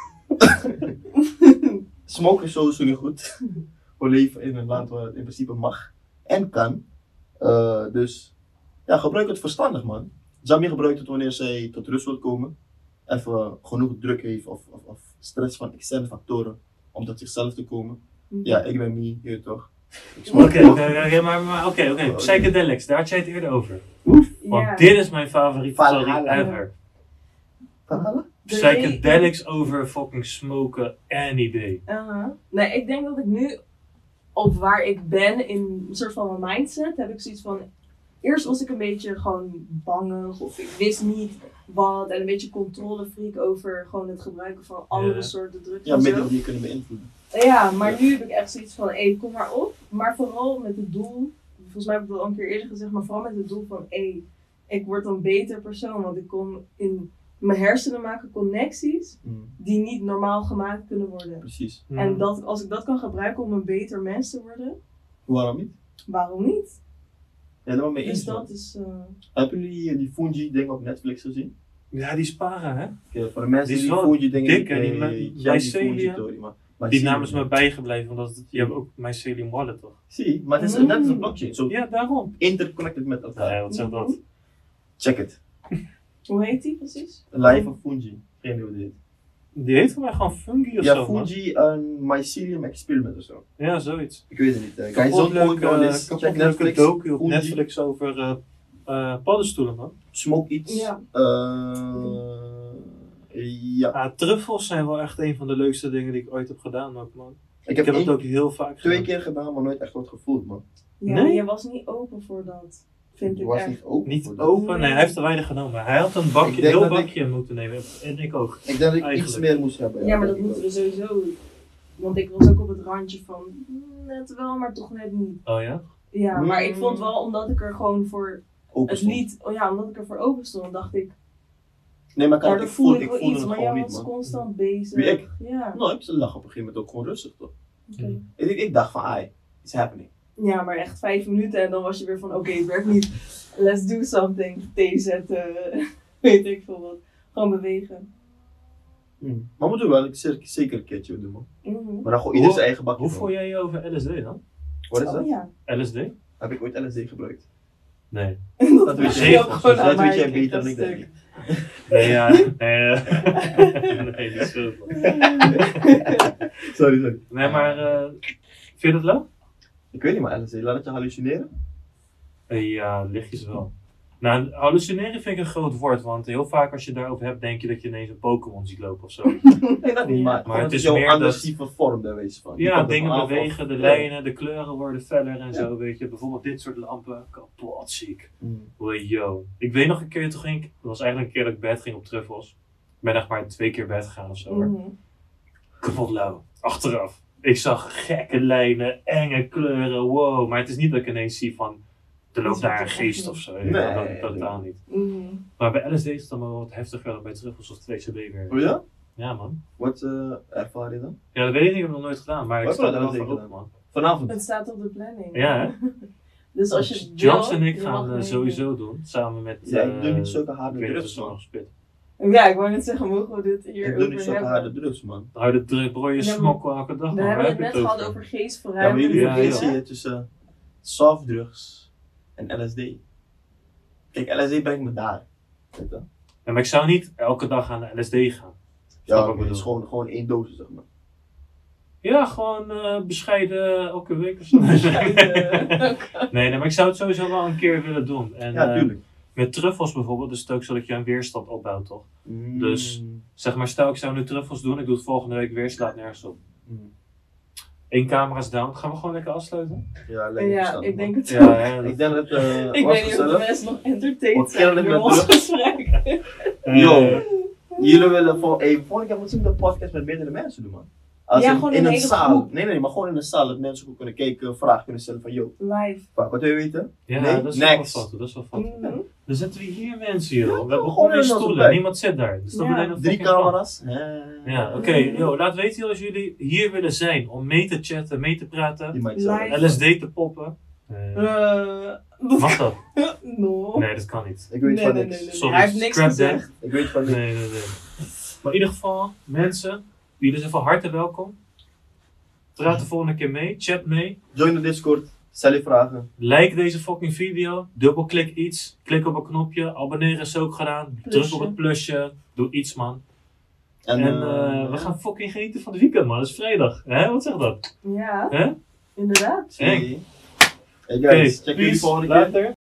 Smoken is sowieso niet goed. We leven in een land waar het in principe mag en kan. Dus ja, gebruik het verstandig, man. Jamie gebruikt het wanneer zij tot rust wil komen. Even genoeg druk heeft of stress van externe factoren om tot zichzelf te komen. Ja, ik ben me, hier toch. Ik smoke. Oké, maar oké. Psychedelics, daar had jij het eerder over. Want Ja. dit is mijn favoriete Valhalla. story ever. Verhalen? Psychedelics over fucking smoken, any day. Nee, ik denk dat ik nu op waar ik ben in een soort van mijn mindset, heb ik zoiets van, eerst was ik een beetje gewoon bangig of ik wist niet wat en een beetje controlefreak over gewoon het gebruiken van andere soorten drugs. Ja, middelen die je kunnen beïnvloeden. Ja, maar nu heb ik echt zoiets van, kom maar op. Maar vooral met het doel, volgens mij heb ik dat al een keer eerder gezegd, maar vooral met het doel van, ik word een beter persoon. Want ik kon in mijn hersenen maken connecties die niet normaal gemaakt kunnen worden. Precies. En als ik dat kan gebruiken om een beter mens te worden, Waarom niet? waarom niet? Ja, daar mee Dus eens. dat is... Hebben jullie die Fungi ding op Netflix gezien? Ja, die sparen, hè? Okay, voor de mensen Die die is die wel Fungi dingen dik, hè, die mycelium. Die naam is me bijgebleven, omdat je hebt ook mycelium wallet, toch? Zie, maar het is net als een blockchain. Zo Ja, daarom. interconnected met elkaar. Ja, wat zegt dat? Check het. Hoe heet die precies? Een live van Fungi. Geen idee hoe dit heet. Die heet voor mij gewoon fungi of Ja, zo, man. Fungi, een mycelium experiment of zo. Ja, zoiets. Ik weet het niet. Guys, Kapot don't quote me on leuke, this. Check kapot leuke Netflix. docu op Fungi. Netflix over paddenstoelen, man. Smoke iets. Ja. Ja. Truffels zijn wel echt een van de leukste dingen die ik ooit heb gedaan, ook, man. Ik Ik heb heb het één, ook heel vaak 2 gedaan. keer gedaan, maar nooit echt wat gevoeld, man. Ja, Nee? je was niet open voor dat. Vind Ik ik was echt. niet open Niet voor dat. open, nee, hij heeft er weinig genomen. Hij had een bakje, Ik denk heel dat bakje moeten nemen. En ik ook. Ik denk dat ik iets Eigenlijk. meer moest hebben. Ja, maar dat denk ik moeten we sowieso. Want ik was ook op het randje van net wel, maar toch net niet. Oh ja? Ja, maar ik vond wel, omdat ik er gewoon voor ook. Open het stond. niet, omdat ik er voor open stond, dacht ik, Nee, maar daardoor ik voelde voelde ik wel het iets, maar gewoon jij niet, was man. constant bezig. Wie, ik? Ja, Nou, ze lag op een gegeven moment ook gewoon rustig, toch? oké. Ik dacht van, ai, it's happening. Ja, maar echt 5 minuten en dan was je weer van, oké, het werkt niet. Let's do something. Thee zetten, weet ik veel wat. Gewoon bewegen. Maar moeten we wel zeker een keertje doen, man. Mhm. Maar dan gewoon ieder zijn eigen bakje. Hoe doen. voel jij je over LSD dan? Wat is Oh dat? ja. LSD? Heb ik ooit LSD gebruikt? Nee. Dat weet jij- jij, ook gewoon aan dat mij, weet jij ik beter dat dan ik, denk stuk. ik. Nee, ja. Nee, nee, niet zo. Sorry. Nee, maar vind je dat leuk? Ik weet niet, maar LSD, laat het je hallucineren? Ja, lichtjes wel. Nou, hallucineren vind ik een groot woord, want heel vaak als je daarover hebt, denk je dat je ineens een Pokémon ziet lopen of zo. Nee, dat niet, maar Maar het is jouw meer dat- agressieve vorm bij wijze van. Je Ja, komt dingen ervan af bewegen, of- de Ja. lijnen, de kleuren worden feller en zo, weet je. Bijvoorbeeld dit soort lampen, kapot ziek. Yo. Ik weet nog een keer, toen ging ik, dat was eigenlijk een keer dat ik bed ging op truffels. Ik ben echt maar 2 keer bed gegaan of zo. hoor. Mhm. Kapot lauw. Achteraf. Ik zag gekke lijnen, enge kleuren, wow. Maar het is niet dat ik ineens zie van, er loopt daar een geest of zo. Nee. Dat totaal niet. Mhm. Maar bij LSD is het dan wel wat heftiger dan bij truffels of 2CB weer. Oh ja? Ja man. Wat ervaar je dan? Ja, dat weet ik niet, ik heb het nog nooit gedaan. Maar ik Wat sta heb er je wel LSD voor open gedaan? man. Vanavond. Het staat op de planning. Ja hè? Dus als je Jobs wil, en ik je gaan mag mee. sowieso doen. Samen met... Ja, ik doe niet zulke ik harde weet niet of drugs, ze nog man. spit. Ja, ik wou net zeggen, mogen we dit hier Ik doe niet over zulke harde hebben? drugs, man. Nou, de broeien Ja, maar- smokkel elke dag. We man. hebben Waar het heb net je gehad over? over Ja, maar geestverruiming. jullie Ja, vergeten ja. je tussen softdrugs en LSD. Kijk, LSD brengt me daar. Weet je? Ja, maar ik zou niet elke dag aan de LSD gaan. Snap Ja, wat ik het is bedoel? gewoon 1 dosis, zeg maar. Ja, gewoon bescheiden elke week of zo. Nee, maar ik zou het sowieso wel een keer willen doen. En, Ja, tuurlijk. met truffels bijvoorbeeld is het ook zo dat je een weerstand opbouwt, toch? Dus- Zeg maar, stel ik zou nu truffels doen, ik doe het volgende week weer, slaat nergens op. 1 camera is down, gaan we gewoon lekker afsluiten? Ja, lekker Ja, verstandig, ik man. denk het Ja, wel. ja. Ik denk dat Ik was weet niet of de gezellig. mensen nog entertained Wat zijn kennen we door met ons drugs? gesprek. Yo, jullie willen voor volgende keer moeten we een podcast met meerdere mensen doen, man. Als Ja, in, gewoon in een een hele zaal. groep. Nee, maar gewoon in een zaal dat mensen goed kunnen kijken, vragen kunnen stellen van, yo, Live. wat wil je weten? Ja, Nee, dat is wel next. wat, dat is wel wat. Mhm. Dan zetten we hier mensen, joh. We hebben gewoon gewoon in onze stoelen, plek. niemand zit daar. Dus dan Ja. meteen een 3 fucking plan. camera's. Ja, oké. Yo, laat weten joh, als jullie hier willen zijn om mee te chatten, mee te praten, Die maakt Live. zo. LSD te poppen. Mag dat? No. Nee, dat kan niet. Ik weet Nee, van nee, niks. nee, nee. Sorry, Hij heeft niks scrap gezegd. Ik weet van niks. Nee. Maar in ieder geval, mensen, jullie zijn van harte welkom. Praat de volgende keer mee, chat mee. Join de Discord, stel je vragen. Like deze fucking video, dubbelklik iets, klik op een knopje, abonneren is ook gedaan, druk op Plusje. het plusje, doe iets man. En, En we gaan fucking genieten van het weekend man, het is vrijdag. Hè? Wat zegt dat? Ja, Hè? inderdaad. Hey guys, check jullie peace, volgende keer. later.